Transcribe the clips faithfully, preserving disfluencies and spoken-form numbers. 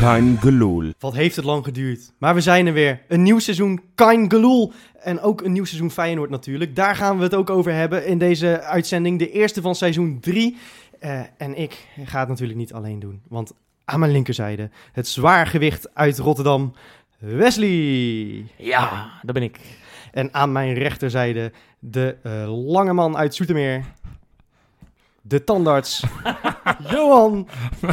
Kein Geloel. Wat heeft het lang geduurd. Maar we zijn er weer. Een nieuw seizoen Kein Geloel. En ook een nieuw seizoen Feyenoord natuurlijk. Daar gaan we het ook over hebben in deze uitzending. De eerste van seizoen drie. Uh, en ik ga het natuurlijk niet alleen doen. Want aan mijn linkerzijde het zwaargewicht uit Rotterdam, Wesley. Ja, daar ben ik. En aan mijn rechterzijde de uh, lange man uit Zoetermeer. De tandarts, Johan.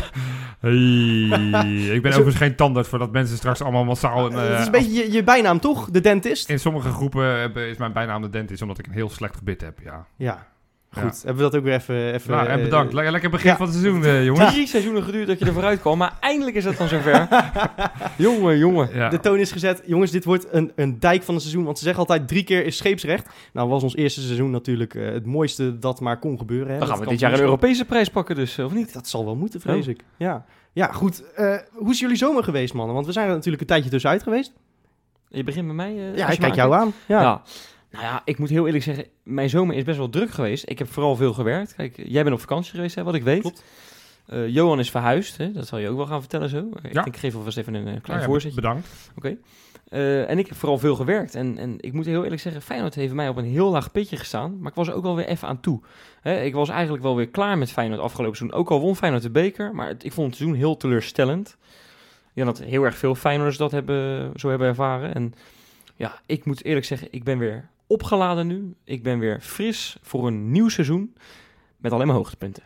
Hey, ik ben overigens geen tandarts voordat mensen straks allemaal massaal... Het uh, is een beetje je, je bijnaam toch? De dentist? In sommige groepen is mijn bijnaam de dentist, omdat ik een heel slecht gebit heb, ja. Ja. Goed, ja. Hebben we dat ook weer even... even nou, en bedankt. Le- lekker begin ja. van het seizoen, uh, jongens. Drie seizoenen geduurd dat je er vooruit kwam, maar eindelijk is het dan zover. jongen, jongen. Ja. De toon is gezet. Jongens, dit wordt een, een dijk van het seizoen, want ze zeggen altijd drie keer is scheepsrecht. Nou was ons eerste seizoen natuurlijk uh, het mooiste dat maar kon gebeuren. Hè? Dan gaan dat we dit jaar een Europese prijs pakken dus, of niet? Dat zal wel moeten, vrees oh. ik. Ja, ja goed. Uh, hoe is jullie zomer geweest, mannen? Want we zijn er natuurlijk een tijdje tussenuit geweest. Je begint met mij? Uh, ja, ik kijk jou aan. Ja. ja. Nou ja, ik moet heel eerlijk zeggen, mijn zomer is best wel druk geweest. Ik heb vooral veel gewerkt. Kijk, jij bent op vakantie geweest, hè, wat ik weet. Klopt. Uh, Johan is verhuisd, hè? Dat zal je ook wel gaan vertellen zo. Ja. Ik, ik geef alvast even een uh, klein ja, voorzetje. Bedankt. Oké. Okay. Uh, en ik heb vooral veel gewerkt. En, en ik moet heel eerlijk zeggen, Feyenoord heeft mij op een heel laag pitje gestaan. Maar ik was er ook wel weer even aan toe. Hè, ik was eigenlijk wel weer klaar met Feyenoord afgelopen seizoen. Ook al won Feyenoord de beker, maar het, ik vond het seizoen heel teleurstellend. Ja, dat heel erg veel Feyenoorders dat hebben, zo hebben ervaren. En ja, ik moet eerlijk zeggen, ik ben weer opgeladen nu. Ik ben weer fris voor een nieuw seizoen met alleen maar hoogtepunten.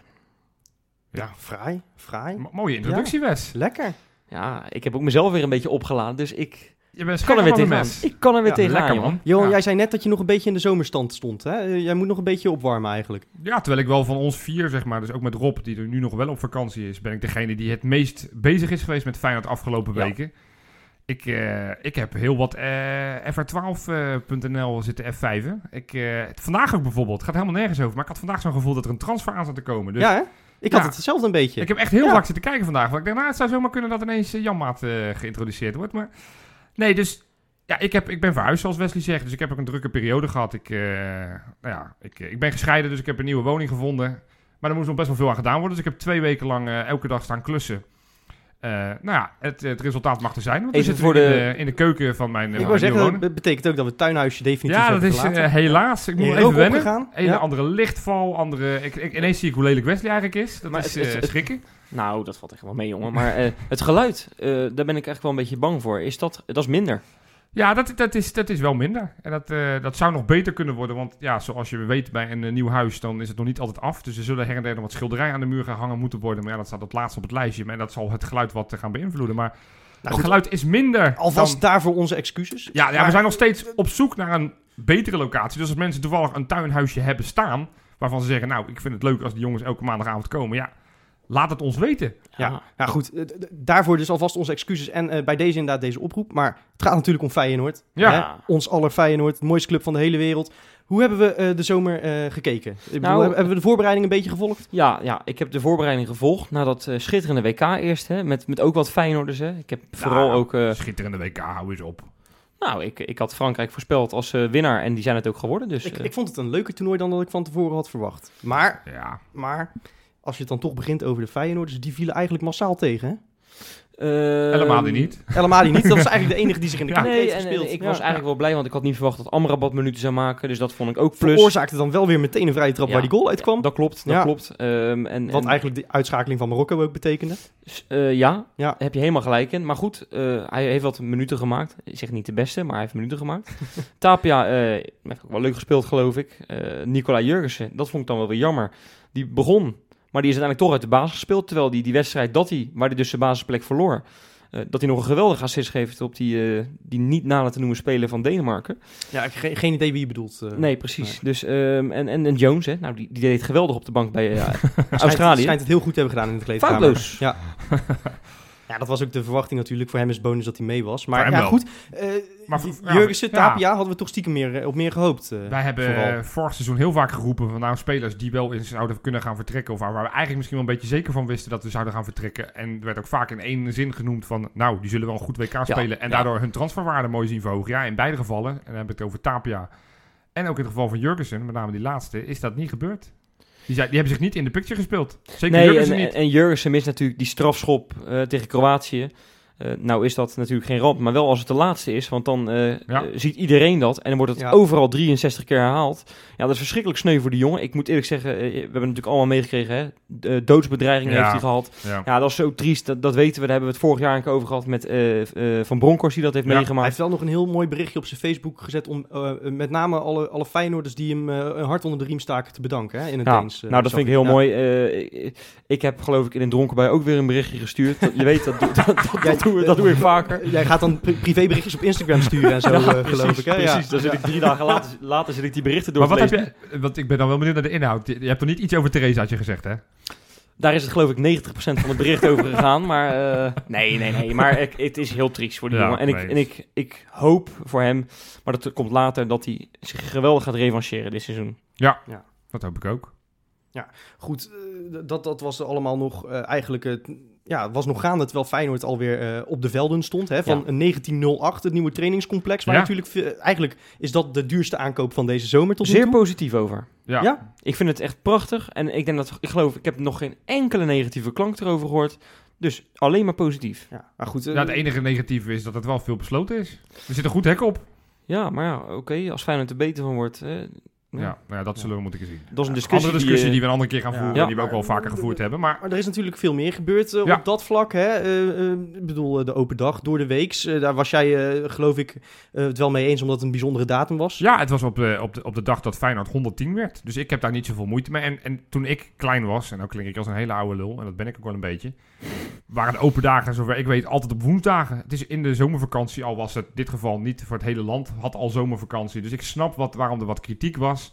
Ja, fraai, fraai. M- mooie introductie, ja. Wes. Lekker. Ja, ik heb ook mezelf weer een beetje opgeladen, dus ik je bent kan er weer tegenaan. Ik kan er weer ja, tegenaan, lekker, man. Johan, ja. jij zei net dat je nog een beetje in de zomerstand stond, hè? Jij moet nog een beetje opwarmen eigenlijk. Ja, terwijl ik wel van ons vier, zeg maar, dus ook met Rob, die er nu nog wel op vakantie is, ben ik degene die het meest bezig is geweest met Feyenoord de afgelopen ja. weken. Ik, uh, ik heb heel wat uh, F R twaalf punt n l zitten F vijf'en. Ik, uh, vandaag ook bijvoorbeeld. Het gaat helemaal nergens over. Maar ik had vandaag zo'n gevoel dat er een transfer aan zat te komen. Dus, ja, hè? Ik ja, had het hetzelfde een beetje. Ik heb echt heel ja. vaak zitten kijken vandaag. Want ik dacht, nou, het zou zomaar kunnen dat ineens uh, Janmaat uh, geïntroduceerd wordt. Maar nee, dus ja, ik, heb, ik ben verhuisd, zoals Wesley zegt. Dus ik heb ook een drukke periode gehad. Ik, uh, nou ja, ik, ik ben gescheiden, dus ik heb een nieuwe woning gevonden. Maar er moest nog best wel veel aan gedaan worden. Dus ik heb twee weken lang uh, elke dag staan klussen. Uh, nou ja, het, het resultaat mag er zijn. Want we zitten voor de... in, de, in de keuken van mijn uh, Ik wou zeggen, wonen. dat betekent ook dat we het tuinhuisje definitief ja, hebben dat is verlaten. Uh, helaas. Ik moet even wennen. Gegaan. Een ja. andere lichtval, andere... Ik, ik, ineens zie ik hoe lelijk Wesley eigenlijk is. Dat maar is het, uh, het, schrikken. Nou, dat valt echt wel mee, jongen. Maar uh, het geluid, uh, daar ben ik echt wel een beetje bang voor. Is dat, dat is minder. Ja, dat, dat, is, dat is wel minder. En dat, uh, dat zou nog beter kunnen worden. Want ja, zoals je weet bij een uh, nieuw huis, dan is het nog niet altijd af. Dus er zullen her en der nog wat schilderijen aan de muur gaan hangen moeten worden. Maar ja, dat staat op het laatste op het lijstje. Maar dat zal het geluid wat uh, gaan beïnvloeden. Maar nou, het geluid is minder. Alvast dan... daarvoor onze excuses. Ja, ja, we zijn nog steeds op zoek naar een betere locatie. Dus als mensen toevallig een tuinhuisje hebben staan, waarvan ze zeggen, nou, ik vind het leuk als die jongens elke maandagavond komen. Ja, laat het ons weten. Ja, ja, ja goed. Uh, d- daarvoor dus alvast onze excuses. En uh, bij deze inderdaad deze oproep. Maar het gaat natuurlijk om Feyenoord. Ja. Hè? Ons aller Feyenoord. De mooiste club van de hele wereld. Hoe hebben we uh, de zomer uh, gekeken? Ik nou, bedoel, hebben we de voorbereiding een beetje gevolgd? Ja, ja, ik heb de voorbereiding gevolgd. Na dat uh, schitterende W K eerst. Hè, met, met ook wat Feyenoorders. Hè. Ik heb vooral nou, ook... Uh, schitterende W K, hou eens op. Nou, ik, ik had Frankrijk voorspeld als uh, winnaar. En die zijn het ook geworden. Dus, ik, uh, ik vond het een leuker toernooi dan dat ik van tevoren had verwacht. Maar... Ja. maar als je het dan toch begint over de Feyenoorders, die vielen eigenlijk massaal tegen, hè? Uh, helemaal die niet. Helemaal die niet. Dat was eigenlijk de enige die zich in de ja, kant nee, heeft en, gespeeld. En ik ja, was eigenlijk ja. wel blij, want ik had niet verwacht dat Amrabat minuten zou maken. Dus dat vond ik ook plus. Veroorzaakte dan wel weer meteen een vrije trap ja, waar die goal uitkwam. Ja, dat klopt, dat ja. klopt. Um, en, Wat en, eigenlijk de uitschakeling van Marokko ook betekende. Uh, ja, ja, daar heb je helemaal gelijk in. Maar goed, uh, hij heeft wat minuten gemaakt. Ik zeg niet de beste, maar hij heeft minuten gemaakt. Tapia uh, heeft ook wel leuk gespeeld, geloof ik. Uh, Nicola Jurgensen, dat vond ik dan wel weer jammer. Die begon... Maar die is uiteindelijk toch uit de basis gespeeld. Terwijl die, die wedstrijd, dat hij, waar hij dus de basisplek verloor... Uh, dat hij nog een geweldige assist geeft op die, uh, die niet na te noemen speler van Denemarken. Ja, ik heb geen, geen idee wie je bedoelt. Uh, nee, precies. Nee. Dus, um, en, en, en Jones, hè, nou, die, die deed het geweldig op de bank bij uh, Australië. Schijnt, schijnt het heel goed te hebben gedaan in de kleedkamer. Foutloos. Ja. Ja, dat was ook de verwachting natuurlijk. Voor hem is het bonus dat hij mee was. Maar ja, goed. Uh, maar ja, Jurgensen, Tapia, ja. hadden we toch stiekem meer, op meer gehoopt. Uh, Wij hebben vooral. vorig seizoen heel vaak geroepen van nou spelers die wel eens zouden kunnen gaan vertrekken. Of waar we eigenlijk misschien wel een beetje zeker van wisten dat we zouden gaan vertrekken. En er werd ook vaak in één zin genoemd van nou, die zullen wel een goed W K spelen. Ja, en daardoor ja. hun transferwaarde mooi zien verhogen. Ja, in beide gevallen, en dan heb ik het over Tapia. En ook in het geval van Jurgensen, met name die laatste, is dat niet gebeurd. Die, zei, die hebben zich niet in de picture gespeeld. Zeker nee, Jurgensen en, niet. En Jurgensen mist natuurlijk die strafschop uh, tegen Kroatië. Uh, nou is dat natuurlijk geen ramp, maar wel als het de laatste is. Want dan uh, Ja. uh, ziet iedereen dat. En dan wordt het Ja. overal drieënzestig keer herhaald. Ja, dat is verschrikkelijk sneu voor die jongen. Ik moet eerlijk zeggen, uh, we hebben natuurlijk allemaal meegekregen. Hè? De doodsbedreigingen Ja. heeft hij gehad. Ja. Ja, dat is zo triest. Dat, dat weten we. Daar hebben we het vorig jaar een keer over gehad met uh, uh, Van Bronckhorst die dat heeft Ja, Hij meegemaakt. heeft wel nog een heel mooi berichtje op zijn Facebook gezet om uh, met name alle, alle Feyenoorders die hem uh, een hart onder de riem staken te bedanken. Hè, in het Ja, Deens. Uh, nou, dat zag vind ik heel Ja. mooi. Uh, ik, ik heb geloof ik in een dronkenbui ook weer een berichtje gestuurd. Dat, je weet, dat, doe- dat, dat, dat, Jij- doe, dat doe ik vaker. Jij gaat dan pri- privéberichtjes op Instagram sturen en zo, Ja, uh, geloof precies, ik. Hè? precies. Ja. Dan zit ik drie dagen later, later zit ik die berichten door Maar te wat lezen. heb je... Want ik ben dan wel benieuwd naar de inhoud. Je, je hebt er niet iets over Theresaatje gezegd, hè? Daar is het geloof ik negentig procent van het bericht over gegaan. Maar uh, nee, nee, nee. Maar ik, het is heel triest voor die Ja, jongen. En, ik, nee. en ik, ik hoop voor hem, maar dat komt later, dat hij zich geweldig gaat revancheren dit seizoen. Dat hoop ik ook. Goed, uh, dat, dat was allemaal nog uh, eigenlijk... Uh, ja, was nog gaande terwijl Feyenoord alweer uh, op de velden stond. Hè, van Ja. negentien nul acht, het nieuwe trainingscomplex. Maar Ja. natuurlijk, uh, eigenlijk is dat de duurste aankoop van deze zomer tot nu Zeer toe. positief over. Ja. Ja? Ik vind het echt prachtig. En ik denk dat, ik geloof, ik heb nog geen enkele negatieve klank erover gehoord. Dus alleen maar positief. Ja, maar goed. Uh, Ja, het enige negatieve is dat het wel veel besloten is. Er zit een goed hek op. Ja, maar ja, oké, okay, als Feyenoord er beter van wordt. Eh, Ja, nou ja, dat zullen we moeten zien. Dat is een Ja, discussie andere discussie die, die, uh, we een andere keer gaan ja. voeren. Ja. Die we ook wel vaker gevoerd hebben. Maar Maar er is natuurlijk veel meer gebeurd uh, Ja. op dat vlak. Hè? Uh, uh, ik bedoel, uh, de open dag door de weeks. Uh, daar was jij, uh, geloof ik, uh, het wel mee eens omdat het een bijzondere datum was. ja, het was op de, op, de, op de dag dat Feyenoord honderdtien werd. Dus ik heb daar niet zoveel moeite mee. En, en toen ik klein was, en nou klink ik als een hele oude lul, en dat ben ik ook wel een beetje, waren de open dagen, zover ik weet, altijd op woensdagen. Het is in de zomervakantie, al was het in dit geval niet voor het hele land, had al zomervakantie. Dus ik snap wat, waarom er wat kritiek was.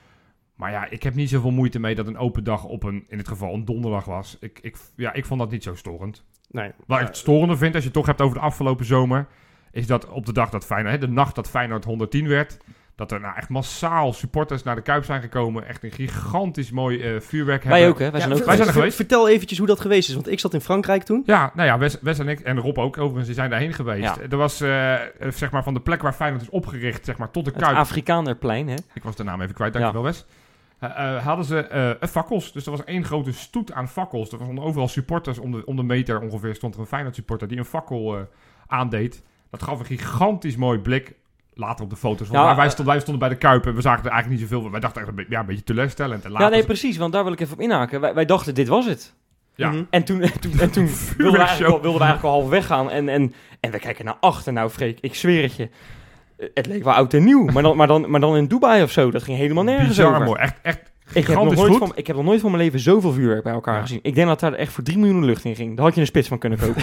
Maar ja, ik heb niet zoveel moeite mee dat een open dag op een, in dit geval een donderdag was. Ik, ik, ja, ik vond dat niet zo storend. Nee. Wat ik het storende vind, als je het toch hebt over de afgelopen zomer, is dat op de dag dat Feyenoord, hè, de nacht dat Feyenoord honderdtien werd, dat er nou echt massaal supporters naar de Kuip zijn gekomen. Echt een gigantisch mooi uh, vuurwerk hebben. wij ook, hè? Wij Ja, zijn ook v- wij zijn er v- geweest. Vertel eventjes hoe dat geweest is, want ik zat in Frankrijk toen. Ja, nou ja, Wes, Wes en ik, en Rob ook overigens, die zijn daarheen geweest. Ja. Er was, uh, zeg maar, van de plek waar Feyenoord is opgericht, zeg maar, tot de het Kuip. Afrikanerplein, hè? Ik was de naam even kwijt, dankjewel Wes. Uh, uh, hadden ze uh, fakkels. Dus er was één grote stoet aan fakkels. Er stonden overal supporters om de, om de meter ongeveer. Stond er een Feyenoord supporter die een fakkel uh, aandeed. Dat gaf een gigantisch mooi blik. Later op de foto's. Want Ja, wij, wij, uh, stonden, wij stonden bij de Kuip en we zagen er eigenlijk niet zoveel van. Wij dachten echt een, be- ja, een beetje teleurstellend. En later Ja, nee, precies, want daar wil ik even op inhaken. Wij, wij dachten, dit was het. Ja. Mhm. En toen, en toen, en toen wilden, we eigenlijk al, wilden we eigenlijk al half weggaan. En, en, en we kijken naar achter. Nou, Freek, ik zweer het je. Eh, Het leek wel oud en nieuw. Maar dan, maar, dan, maar dan in Dubai of zo. Dat ging helemaal nergens Bizar over. mooi. Echt, echt Ik heb, nog gigantisch nooit goed. van, ik heb nog nooit van mijn leven zoveel vuurwerk bij elkaar Ja. gezien. Ik denk dat daar echt voor drie miljoen lucht in ging. Daar had je een spits van kunnen kopen.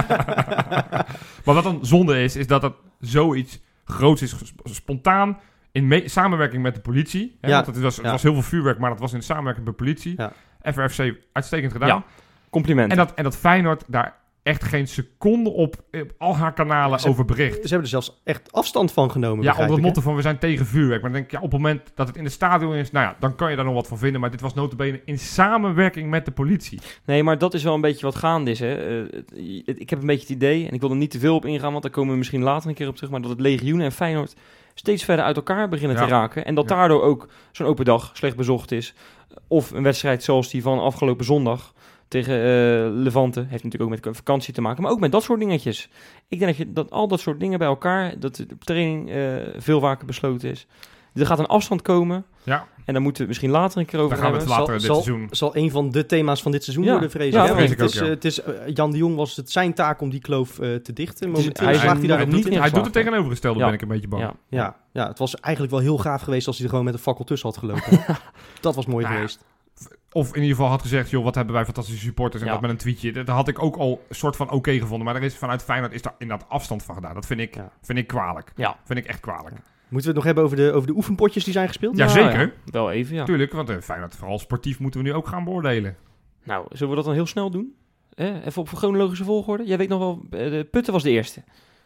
Maar wat dan zonde is, is dat het zoiets groots is, ges- spontaan, in me- samenwerking met de politie. Hè, Ja. Want het was, het Ja. was heel veel vuurwerk, maar dat was in samenwerking met de politie. Ja. F R F C uitstekend gedaan. Ja, compliment. En dat, en dat Feyenoord daar echt geen seconde op, op al haar kanalen Ze- over bericht. Ze hebben er zelfs echt afstand van genomen. Ja, begrijp onder het ik, hè? motto van we zijn tegen vuurwerk. Maar dan denk ik, ja, op het moment dat het in de stadion is, nou ja, dan kan je daar nog wat van vinden. Maar dit was nota bene in samenwerking met de politie. Nee, maar dat is wel een beetje wat gaande is. Hè. Eh, het- het- ik heb een beetje het idee, en ik wil er niet te veel op ingaan, want daar komen we misschien later een keer op terug, maar dat het Legioen en Feyenoord steeds verder uit elkaar beginnen Ja. te raken. En dat Ja. daardoor ook zo'n open dag slecht bezocht is. Of een wedstrijd zoals die van afgelopen zondag tegen eh, Levante. Heeft natuurlijk ook met vakantie te maken, maar ook met dat soort dingetjes. Ik denk dat, je, dat al dat soort dingen bij elkaar, dat de training eh, veel vaker besloten is. Er gaat een afstand komen. Ja, En daar moeten we het misschien later een keer over daar gaan we hebben. het later Zal- dit zal- seizoen. zal een van de thema's van dit seizoen Ja. worden, vrees Ja, ik. hè? vrees Want ik het is, ook, ja. eh, het is, eh, Jan de Jong was het zijn taak om die kloof eh, te dichten. is- Momenteel hij- slaagt hij daar hij nog doet niet het in. Hij doet het geslaagd, tegenovergestelde, Ja. ben ik een beetje bang. Ja, Ja, ja, het was eigenlijk wel heel gaaf geweest als hij er gewoon met een fakkel tussen had gelopen. Dat was mooi Nou ja, geweest. Of in ieder geval had gezegd, joh, wat hebben wij fantastische supporters. En Ja. dat met een tweetje. Dat had ik ook al een soort van oké gevonden. Maar er is vanuit Feyenoord is daar inderdaad afstand van gedaan. Dat vind ik, Ja. vind ik kwalijk. Ja. Vind ik echt kwalijk. Moeten we het nog hebben over de, over de oefenpotjes die zijn gespeeld? Ja, Nou, zeker. ja. Wel even, ja. Tuurlijk, want uh, Feyenoord, vooral sportief, moeten we nu ook gaan beoordelen. Nou, zullen we dat dan heel snel doen? Eh, even op chronologische volgorde. Jij weet nog wel, eh, de Putten was de eerste.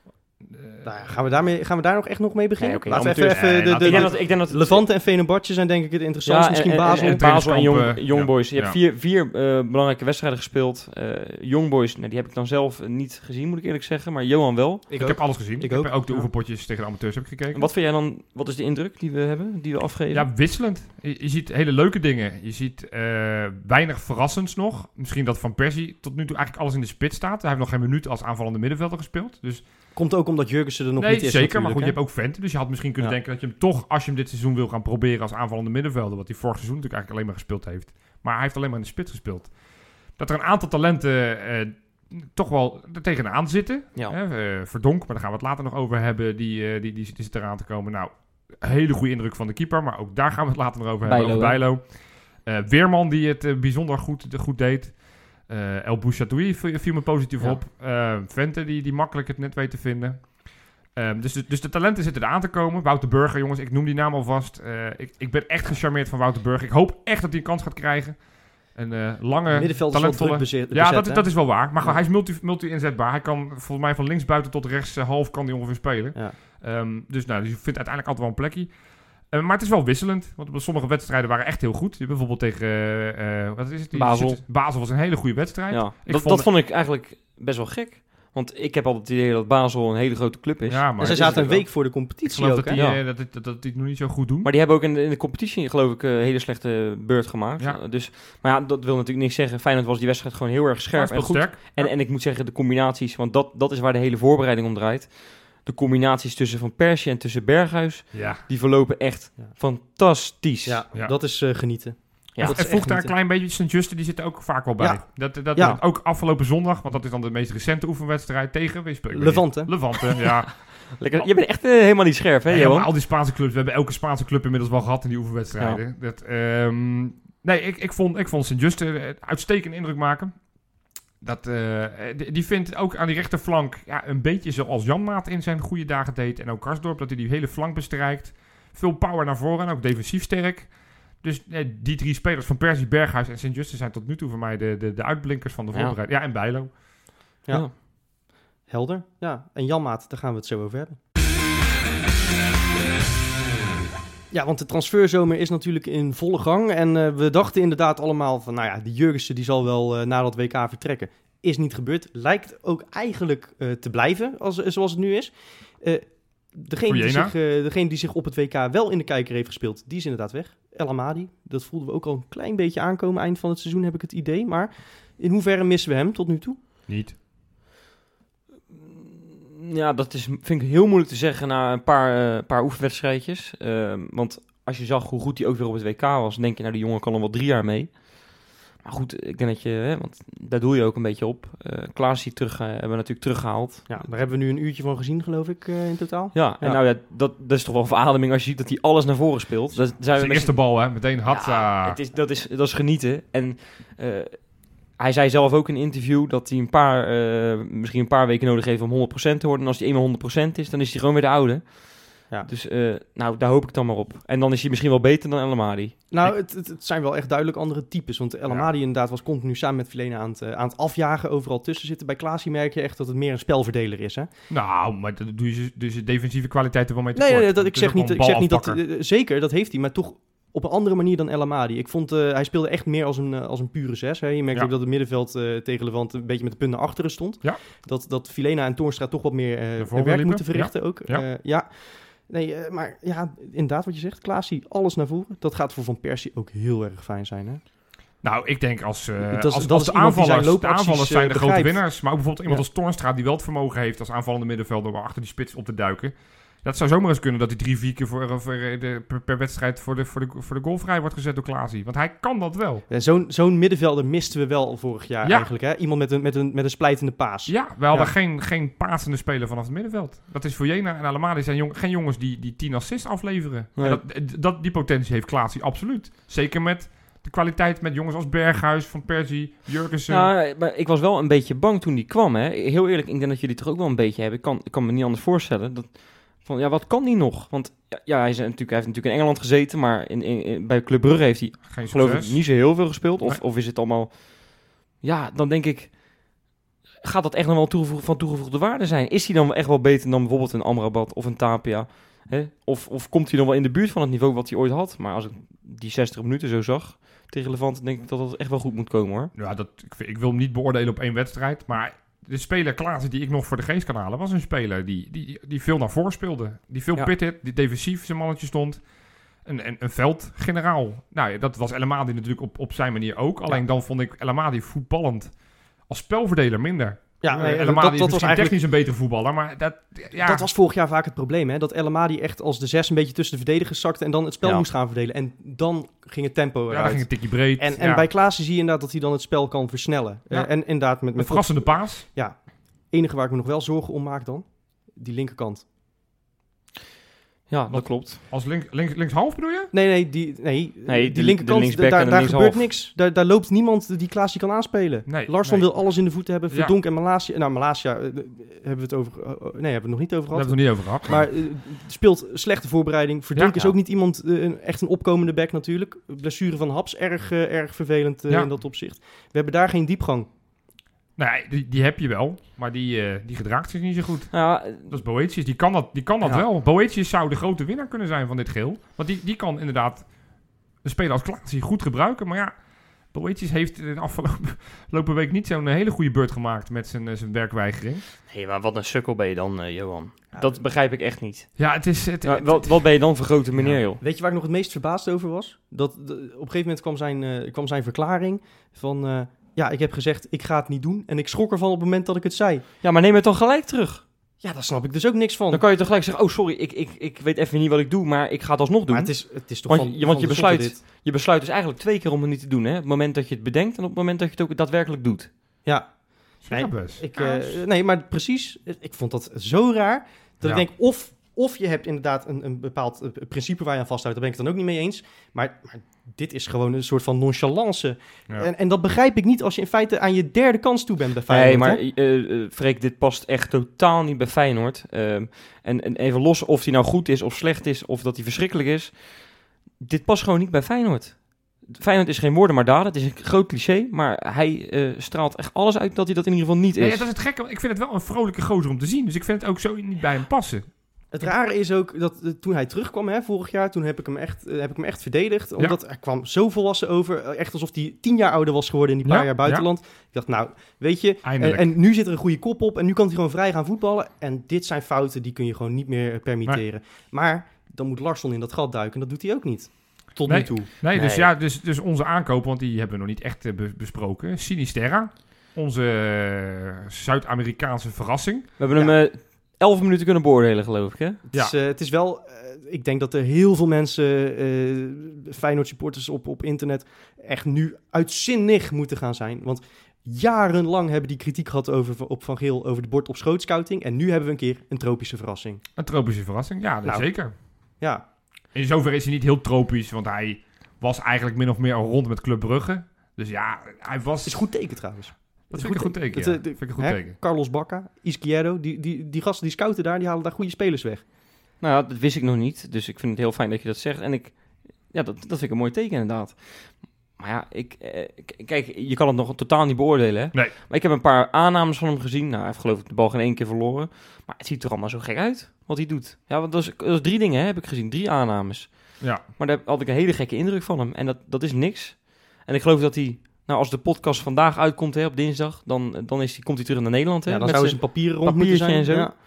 Nou ja, gaan, we daarmee, gaan we daar nog echt nog mee beginnen? Nee, oké, Laten we even, amateurs. even Nee, de, de, Ik de, denk dat, ik denk dat Levante en Fenerbahce zijn denk ik het interessantste. Ja, Misschien en- en- Basel. En, En Basel en Young, trainingskampen, Young ja. Boys. Je Ja. hebt vier, vier uh, belangrijke wedstrijden gespeeld. Uh, Young Boys, nou, die heb ik dan zelf uh, niet gezien, moet ik eerlijk zeggen. Maar Johan wel. Ik, Ik ook. heb alles gezien. Ik Ik, heb ook. ook de Ja. oefenpotjes tegen de amateurs heb ik gekeken. En wat vind jij dan, wat is de indruk die we hebben, die we afgeven? Ja, wisselend. Je, je ziet hele leuke dingen. Je ziet uh, weinig verrassends nog. Misschien dat Van Persie tot nu toe eigenlijk alles in de spits staat. Hij heeft nog geen minuut als aanvallende middenvelder gespeeld. Dus Komt ook omdat Jurgensen er nog nee, niet is zeker. Maar goed, je natuurlijk, hebt ook Vente. Dus je had misschien kunnen Ja. denken dat je hem toch, als je hem dit seizoen wil gaan proberen als aanvallende middenvelder, wat hij vorig seizoen natuurlijk eigenlijk alleen maar gespeeld heeft. Maar hij heeft alleen maar in de spits gespeeld. Dat er een aantal talenten uh, toch wel er tegenaan zitten. Ja. Hè, uh, Verdonk, maar daar gaan we het later nog over hebben. Die, uh, die, die, die zit eraan te komen. Nou, hele goede indruk van de keeper. Maar ook daar gaan we het later nog over hebben. Bijlo, Over Bijlo. Uh, Weerman die het uh, bijzonder goed, goed deed. Uh, El Bouchatoui viel, viel me positief Ja. op. Uh, Vente die, die makkelijk het net weet te vinden. Um, dus, de, dus de talenten zitten er aan te komen. Wouter Burger, jongens, ik noem die naam alvast. Uh, ik, ik ben echt gecharmeerd van Wouter Burger. Ik hoop echt dat hij een kans gaat krijgen. Een uh, lange, Middenveld is wel druk talentvolle... bezet, Ja, bezet, dat, hè? dat is wel waar. Maar Ja. hij is multi, multi-inzetbaar. Hij kan volgens mij van linksbuiten tot rechts uh, half kan hij ongeveer spelen. Ja. Um, dus nou, dus je vindt uiteindelijk altijd wel een plekje. Uh, maar het is wel wisselend. Want sommige wedstrijden waren echt heel goed. Bijvoorbeeld tegen... Uh, uh, wat is het? Die- Basel. Basel was een hele goede wedstrijd. Ja, Ik dat, vond- dat vond ik eigenlijk best wel gek. Want ik heb altijd het idee dat Basel een hele grote club is. Ja, En maar ze is zaten het een wel. week voor de ik competitie geloof ook, dat hè? die, Ja. uh, dat, dat, dat, dat die het nog niet zo goed doen. Maar die hebben ook in de, in de competitie, geloof ik, een hele slechte beurt gemaakt. Ja. Uh, Dus, maar ja, dat wil natuurlijk niks zeggen. Feyenoord was die wedstrijd gewoon heel erg scherp Hij en speelt goed. sterk. En, Ja. en ik moet zeggen, de combinaties, want dat, dat is waar de hele voorbereiding om draait. De combinaties tussen Van Persie en tussen Berghuis, Ja. die verlopen echt Ja. fantastisch. Ja, Ja. dat is uh, genieten. Ja, dat En is voeg echt daar een niet, klein beetje Sint-Juste, die zit er ook vaak wel bij. Ja. Dat, dat, Ja. Ook afgelopen zondag, want dat is dan de meest recente oefenwedstrijd tegen... wie speelt- ik weet Levante. niet. Levante, ja. Lekker. Je bent echt uh, helemaal niet scherp, hè, Ja, Johan? maar al die Spaanse clubs, we hebben elke Spaanse club inmiddels wel gehad in die oefenwedstrijden. Dat, ehm, nee, ik, ik vond, ik vond Sint-Juste uh, uitstekende indruk maken. Dat, uh, die, die vindt ook aan die rechterflank ja, een beetje zoals Janmaat in zijn goede dagen deed. En ook Karsdorp, dat hij die hele flank bestrijkt. Veel power naar voren en ook defensief sterk. Dus eh, die drie spelers van Persie, Berghuis en Sint-Juste zijn tot nu toe voor mij de, de, de uitblinkers van de Ja. voorbereiding. Ja, en Bijlo. Ja. Ja. Helder. Ja, en Janmaat, daar gaan we het zo over hebben. Ja, want de transferzomer is natuurlijk in volle gang. En uh, we dachten inderdaad allemaal van, nou ja, die Jurgensen die zal wel uh, na dat W K vertrekken. Is niet gebeurd. Lijkt ook eigenlijk uh, te blijven als, zoals het nu is. Uh, degene, die zich, uh, degene die zich op het W K wel in de kijker heeft gespeeld, die is inderdaad weg. El Amadi. Dat voelden we ook al een klein beetje aankomen. Eind van het seizoen heb ik het idee. Maar in hoeverre missen we hem tot nu toe? Niet. Ja, dat is, vind ik heel moeilijk te zeggen na een paar, uh, paar oefenwedstrijdjes. Uh, want als je zag hoe goed hij ook weer op het W K was, denk je, nou, die jongen kan al wel drie jaar mee. Maar goed, ik denk dat je, hè, want daar doe je ook een beetje op. Uh, Klaas die terug, uh, hebben we natuurlijk teruggehaald. Ja, daar hebben we nu een uurtje van gezien, geloof ik, uh, in totaal. Ja, en Ja. nou ja, dat, dat is toch wel verademing als je ziet dat hij alles naar voren speelt. Dat zijn we Zijn met eerste bal, hè? Meteen Hatsa. Ja, het is, dat, is, dat is genieten. En uh, hij zei zelf ook in een interview dat hij een paar, uh, misschien een paar weken nodig heeft om honderd procent te worden. En als hij eenmaal honderd procent is, dan is hij gewoon weer de oude. Ja. Dus uh, nou, daar hoop ik dan maar op. En dan is hij misschien wel beter dan El Amadi. Nou, het, het, het zijn wel echt duidelijk andere types. Want El Amadi Ja. inderdaad was continu samen met Vilena aan het, uh, aan het afjagen. Overal tussen zitten. Bij Klaasie merk je echt dat het meer een spelverdeler is. Hè? Nou, maar daar doe je dus de defensieve kwaliteiten wel mee Nee, tekort. nee, dat, ik Het is zeg ook niet, wel ik een zeg niet dat... balafpakker. Uh, zeker, dat heeft hij. Maar toch op een andere manier dan El Amadi. Ik vond, uh, hij speelde echt meer als een, uh, als een pure zes. Hè? Je merkt Ja. ook dat het middenveld uh, tegen Levante een beetje met de punten naar achteren stond. Ja. Dat, dat Vilena en Toornstra toch wat meer uh, Ervoor werk liepen. moeten verrichten ook. Ja. Uh, ja. Nee, uh, maar ja, inderdaad wat je zegt. Klaasie, alles naar voren. Dat gaat voor Van Persie ook heel erg fijn zijn, hè? Nou, ik denk als, uh, Dat is- als, dat als is de iemand die zijn aanvallers, de loopacties, aanvallers zijn uh, de grote begrijpt. winnaars. Maar ook bijvoorbeeld iemand Ja. als Toornstra, die wel het vermogen heeft als aanvallende middenvelder om achter die spits op te duiken. Dat zou zomaar eens kunnen dat hij drie, vier keer voor, voor de, per, per wedstrijd voor de, voor, de, voor de goal vrij wordt gezet door Klaasie. Want hij kan dat wel. Ja, zo'n, zo'n middenvelder misten we wel vorig jaar Ja. eigenlijk. Hè? Iemand met een, met, een, met een splijtende paas. Ja, we hadden Ja. geen, geen pasende speler vanaf het middenveld. Dat is voor Jena en Alamadi zijn jong, geen jongens die, die tien assists afleveren. Nee. En dat, dat, die potentie heeft Klaasie absoluut. Zeker met de kwaliteit met jongens als Berghuis, Van Persie, Jurgensen. Ja, maar ik was wel een beetje bang toen die kwam. Hè. Heel eerlijk, ik denk dat jullie toch ook wel een beetje hebben. Ik kan, ik kan me niet anders voorstellen. Dat, van, ja, wat kan die nog? Want ja, ja, hij, is natuurlijk, hij heeft natuurlijk in Engeland gezeten, maar in, in, in, bij Club Brugge heeft hij, geen geloof succes. ik, niet zo heel veel gespeeld. Of, Nee. of is het allemaal... Ja, dan denk ik... gaat dat echt nog wel toegevoeg, van toegevoegde waarde zijn? Is hij dan echt wel beter dan bijvoorbeeld een Amrabat of een Tapia? Hè? Of, of komt hij dan wel in de buurt van het niveau wat hij ooit had? Maar als ik die zestig minuten zo zag tegen Levante, denk ik dat dat echt wel goed moet komen, hoor. Ja, dat, ik, ik wil hem niet beoordelen op één wedstrijd, maar de speler Klaassen die ik nog voor de geest kan halen, was een speler die, die, die veel naar voren speelde. Die veel Ja. pit had, die defensief zijn mannetje stond. Een, een, een veldgeneraal. Nou ja, dat was El Amadi natuurlijk op, op zijn manier ook. Alleen Ja. dan vond ik El Amadi voetballend als spelverdeler minder. Ja, nee, El dat, Amadi dat is was misschien eigenlijk... technisch een betere voetballer, maar dat... Ja, Dat was vorig jaar vaak het probleem, hè? Dat El Amadi echt als de zes een beetje tussen de verdedigers zakte en dan het spel Ja. moest gaan verdelen. En dan ging het tempo ja, eruit. dan ging een tikje breed. En, en ja. bij Klaassen zie je inderdaad dat hij dan het spel kan versnellen. Ja. Eh, en inderdaad met... Een met verrassende paas. Ja, enige waar ik me nog wel zorgen om maak dan, die linkerkant. Ja, dat Wat? klopt. Als link, links, linkshalf bedoel je? Nee, nee, die, nee, Nee, die de- linkerkant, de linksback daar, en de daar linkshalf. gebeurt niks. Daar, daar loopt niemand die Klaasie kan aanspelen. Nee, Larsson nee. wil alles in de voeten hebben. Ja. Verdonk en Malasia. Nou, Malasia, eh, hebben we het over... eh, nee, hebben we het nog niet over Daar gehad. hebben we het nog niet over gehad. Maar eh, speelt slechte voorbereiding. Verdonk Ja. is ook niet iemand, eh, een, echt een opkomende back natuurlijk. Blessure van Haps, erg, eh, erg vervelend eh, Ja. in dat opzicht. We hebben daar geen diepgang. Nee, die, die heb je wel, maar die, eh, die gedraagt zich niet zo goed. Nou, ja, Dat is Boetius, die kan dat, die kan dat Ja. wel. Boetius zou de grote winnaar kunnen zijn van dit geheel. Want die, die kan inderdaad een speler als Klaasie goed gebruiken. Maar ja, Boetius heeft de afgelopen week niet zo'n hele goede beurt gemaakt met zijn, eh, zijn werkweigering. nee, maar wat een sukkel ben je dan, eh, Johan. Ja. Dat begrijp ik echt niet. Ja, het is... Het, Ja, het- wat, wat ben je dan voor grote meneer, joh? Weet je waar ik nog het meest verbaasd over was? Dat, de- op een gegeven moment kwam zijn, eh, kwam zijn verklaring van... eh, ja, ik heb gezegd, ik ga het niet doen. En ik schrok ervan op het moment dat ik het zei. Ja, maar neem het dan gelijk terug. Ja, daar snap ik dus ook niks van. Dan kan je toch gelijk zeggen, oh sorry, ik, ik, ik weet even niet wat ik doe, maar ik ga het alsnog doen. Maar het is, het is toch Want van, je- want van je de besluit- zotte dit. Je besluit dus eigenlijk twee keer om het niet te doen, hè? Op het moment dat je het bedenkt en op het moment dat je het ook daadwerkelijk doet. Ja, Ja, nee, best. ik, Ja, eh, nee, maar precies. Ik vond dat zo raar. Dat Ja. ik denk, of, of je hebt inderdaad een, een bepaald eh, principe waar je aan vasthoudt. Daar ben ik het dan ook niet mee eens. Maar, maar dit is gewoon een soort van nonchalance. ja. En, en dat begrijp ik niet als je in feite aan je derde kans toe bent bij Feyenoord. Nee, maar hè? eh, eh, Freek, dit past echt totaal niet bij Feyenoord. Ehm, en, en even los of hij nou goed is of slecht is of dat hij verschrikkelijk is. Dit past gewoon niet bij Feyenoord. Feyenoord is geen woorden maar daden. Het is een groot cliché, maar hij eh, straalt echt alles uit dat hij dat in ieder geval niet Nee, is. ja, dat is het gekke. want Ik vind het wel een vrolijke gozer om te zien. Dus ik vind het ook zo niet bij hem passen. Het rare is ook dat eh, toen hij terugkwam hè, vorig jaar, toen heb ik hem echt, eh, heb ik hem echt verdedigd. Omdat er kwam zo volwassen over. eh, Echt alsof hij tien jaar ouder was geworden in die paar Ja, jaar buitenland. Ik dacht, nou, weet je. En, Eindelijk. en nu zit er een goede kop op. En nu kan hij gewoon vrij gaan voetballen. En dit zijn fouten die kun je gewoon niet meer eh, permitteren. Maar dan moet Larsson in dat gat duiken. En dat doet hij ook niet. Tot Nee. nu toe. Nee, dus Nee. ja, dus, dus onze aankoop, want die hebben we nog niet echt eh, be- besproken. Sinisterra, onze eh, Zuid-Amerikaanse verrassing. We hebben Ja. hem eh, elf minuten kunnen beoordelen, geloof ik, hè? Het, Ja. is, eh, het is wel, eh, ik denk dat er heel veel mensen, eh Feyenoord supporters op, op internet, echt nu uitzinnig moeten gaan zijn. Want jarenlang hebben die kritiek gehad over, op Van Geel over de bord op schoot scouting. En nu hebben we een keer een tropische verrassing. Een tropische verrassing, ja, dat Nou. zeker. Ja, In zoverre is hij niet heel tropisch, want hij was eigenlijk min of meer al rond met Club Brugge. Dus ja, hij was... het is een goed teken trouwens. Dat is vind ik een goed teken, Het, ja. eh, de- vind ik een goed hè, teken. Carlos Bacca, Izquierdo, die, die, die gasten die scouten daar, die halen daar goede spelers weg. Nou ja, dat wist ik nog niet. Dus ik vind het heel fijn dat je dat zegt. En ik, ja, dat, dat vind ik een mooi teken inderdaad. Maar ja, ik, eh, k- kijk, je kan het nog totaal niet beoordelen, hè? Nee. Maar ik heb een paar aannames van hem gezien. Nou, hij heeft geloof ik de bal geen één keer verloren. Maar het ziet er allemaal zo gek uit, wat hij doet. Ja, want dat is, dat is drie dingen, hè, heb ik gezien. Drie aannames. Ja, Maar daar had ik een hele gekke indruk van hem. En dat, dat is niks. En ik geloof dat hij, nou, als de podcast vandaag uitkomt, hè, op dinsdag, dan, dan is hij, komt hij terug naar Nederland, hè? Ja, dan met zouden zijn ze papieren rond moeten papiertje zijn. en zo. Ja.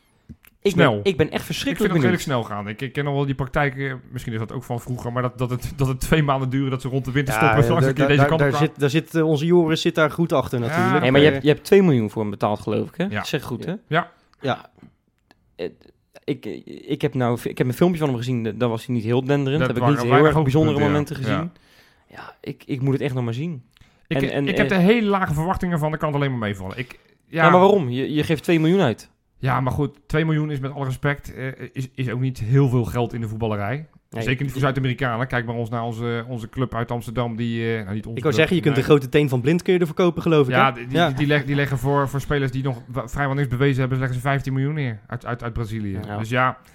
Ik Snel. ben, ik ben echt ik vind verschrikkelijk het benieuwd. redelijk snel gaan. Ik, ik ken al wel die praktijken, misschien is dat ook van vroeger, maar dat, dat, het, dat het twee maanden duren dat ze rond de winter Ja, stoppen. ja, Zoals daar- ik hier daar- deze kant daar op zit, daar zit, eh, onze Joris zit daar goed achter Ja. natuurlijk. Nee, maar je Eh, hebt, je hebt twee miljoen voor hem betaald, geloof ik, hè? Ja. Zeg goed, hè? Ja. Ja. Eh, Ik, ik, heb nou, ik heb een filmpje van hem gezien, daar was hij niet heel denderend. Dat heb ik waren niet heel weinig erg bijzondere hoogtepunten, momenten ja. gezien. Ja, ik, ik moet het echt nog maar zien. Ik, En- en, ik heb eh, er hele lage verwachtingen van, ik kan het alleen maar meevallen. Ik, ja, Ja, maar waarom? Je, je geeft twee miljoen uit. Ja, maar goed, twee miljoen is met alle respect eh, is, is ook niet heel veel geld in de voetballerij. Nee. Zeker niet voor Zuid-Amerikanen. Kijk maar ons naar onze, onze club uit Amsterdam. Die, eh, nou, niet onze Ik wou club, zeggen, je kunt de nee. grote teen van Blind kun je ervoor kopen, geloof ik. Ja, hè? die, die, Die, leg, die leggen voor, voor spelers die nog wa- vrijwel niks bewezen hebben, leggen ze vijftien miljoen neer uit, uit, uit Brazilië. Ja. Dus ja,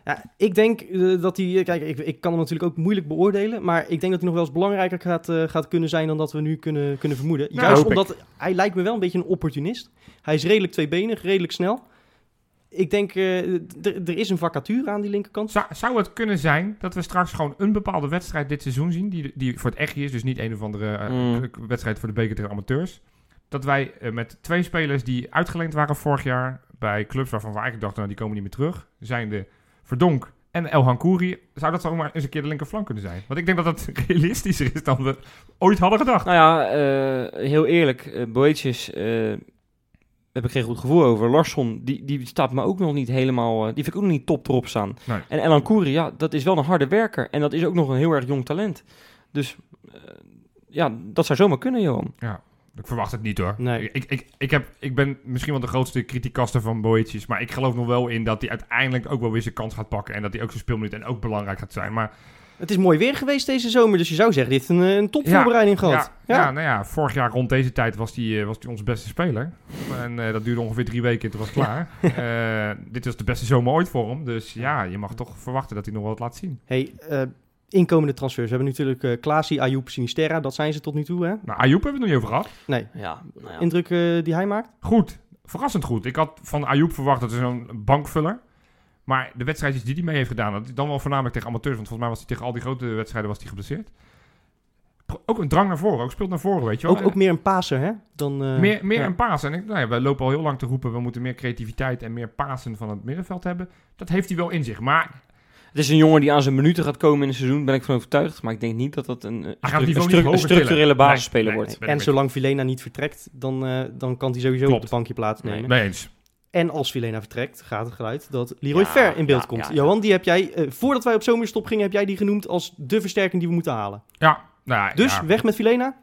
Ja, ik denk uh, dat hij... Kijk, ik, ik kan hem natuurlijk ook moeilijk beoordelen. Maar ik denk dat hij nog wel eens belangrijker gaat, uh, gaat kunnen zijn dan dat we nu kunnen, kunnen vermoeden. Nou, Juist hoop ik. omdat hij lijkt me wel een beetje een opportunist. Hij is redelijk tweebenig, redelijk snel. Ik denk, uh, d- er is een vacature aan die linkerkant. Zou, zou het kunnen zijn dat we straks gewoon een bepaalde wedstrijd dit seizoen zien, die, die voor het echt is, dus niet een of andere uh, Mm. k- wedstrijd voor de beker tegen amateurs, dat wij uh, met twee spelers die uitgeleend waren vorig jaar bij clubs waarvan we eigenlijk dachten, nou die komen niet meer terug, zijn de Verdonk en El Hankouri, zou dat zomaar eens een keer de linkerflank kunnen zijn? Want ik denk dat dat realistischer is dan we ooit hadden gedacht. Nou ja, uh, heel eerlijk, uh, Boetius... Uh, heb ik geen goed gevoel over. Larsson, die, die staat me ook nog niet helemaal... Uh, die vind ik ook nog niet top erop staan. Nee. En Elan Kouri, ja, dat is wel een harde werker. En dat is ook nog een heel erg jong talent. Dus uh, ja, dat zou zomaar kunnen, Johan. Ja, ik verwacht het niet hoor. Nee. Ik, ik, ik, heb, ik ben misschien wel de grootste kritiekaster van Boetius, maar ik geloof nog wel in dat hij uiteindelijk ook wel weer zijn kans gaat pakken en dat hij ook zijn speelminuten en ook belangrijk gaat zijn. Maar Het is mooi weer geweest deze zomer, dus je zou zeggen, dit heeft een, een topvoorbereiding ja, gehad. Ja, Ja. ja, nou ja, vorig jaar rond deze tijd was hij uh, was die onze beste speler. En uh, dat duurde ongeveer drie weken en toen was het klaar. Uh, dit was de beste zomer ooit voor hem, dus ja, je mag toch verwachten dat hij nog wel wat laat zien. Hey, uh, inkomende transfers. We hebben natuurlijk uh, Klaasie, Ayoub, Sinisterra. Dat zijn ze tot nu toe, hè? Nou, Ayoub hebben we het nog niet over gehad. Nee. Ja, nou ja. Indruk uh, die hij maakt? Goed, verrassend goed. Ik had van Ayoub verwacht dat hij zo'n bankvuller. Maar de wedstrijdjes die hij mee heeft gedaan, dat dan wel voornamelijk tegen amateurs, want volgens mij was hij tegen al die grote wedstrijden was hij geblesseerd. Ook een drang naar voren, ook speelt naar voren, weet je wel. Ook, ook meer een paser, hè? Dan, uh, meer meer ja. een paas. En ik, nou ja, wij lopen al heel lang te roepen, we moeten meer creativiteit en meer pasen van het middenveld hebben. Dat heeft hij wel in zich, maar Het is een jongen die aan zijn minuten gaat komen in het seizoen, ben ik van overtuigd. Maar ik denk niet dat dat een, een, Hij gaat het stru- niveau een, niet stru- een hoger structurele tillen. basisspeler Nee, nee, wordt. ben ik En met zolang Vilena niet vertrekt, dan, uh, dan kan hij sowieso Klopt. op het bankje plaatsnemen. mee eens. En als Vilena vertrekt, gaat het geluid dat Leroy Ja, Fer in beeld ja, komt. ja, ja. Johan, die heb jij, uh, voordat wij op zomerstop gingen, heb jij die genoemd als de versterking die we moeten halen. Ja, nou ja, Dus ja. weg met Vilena?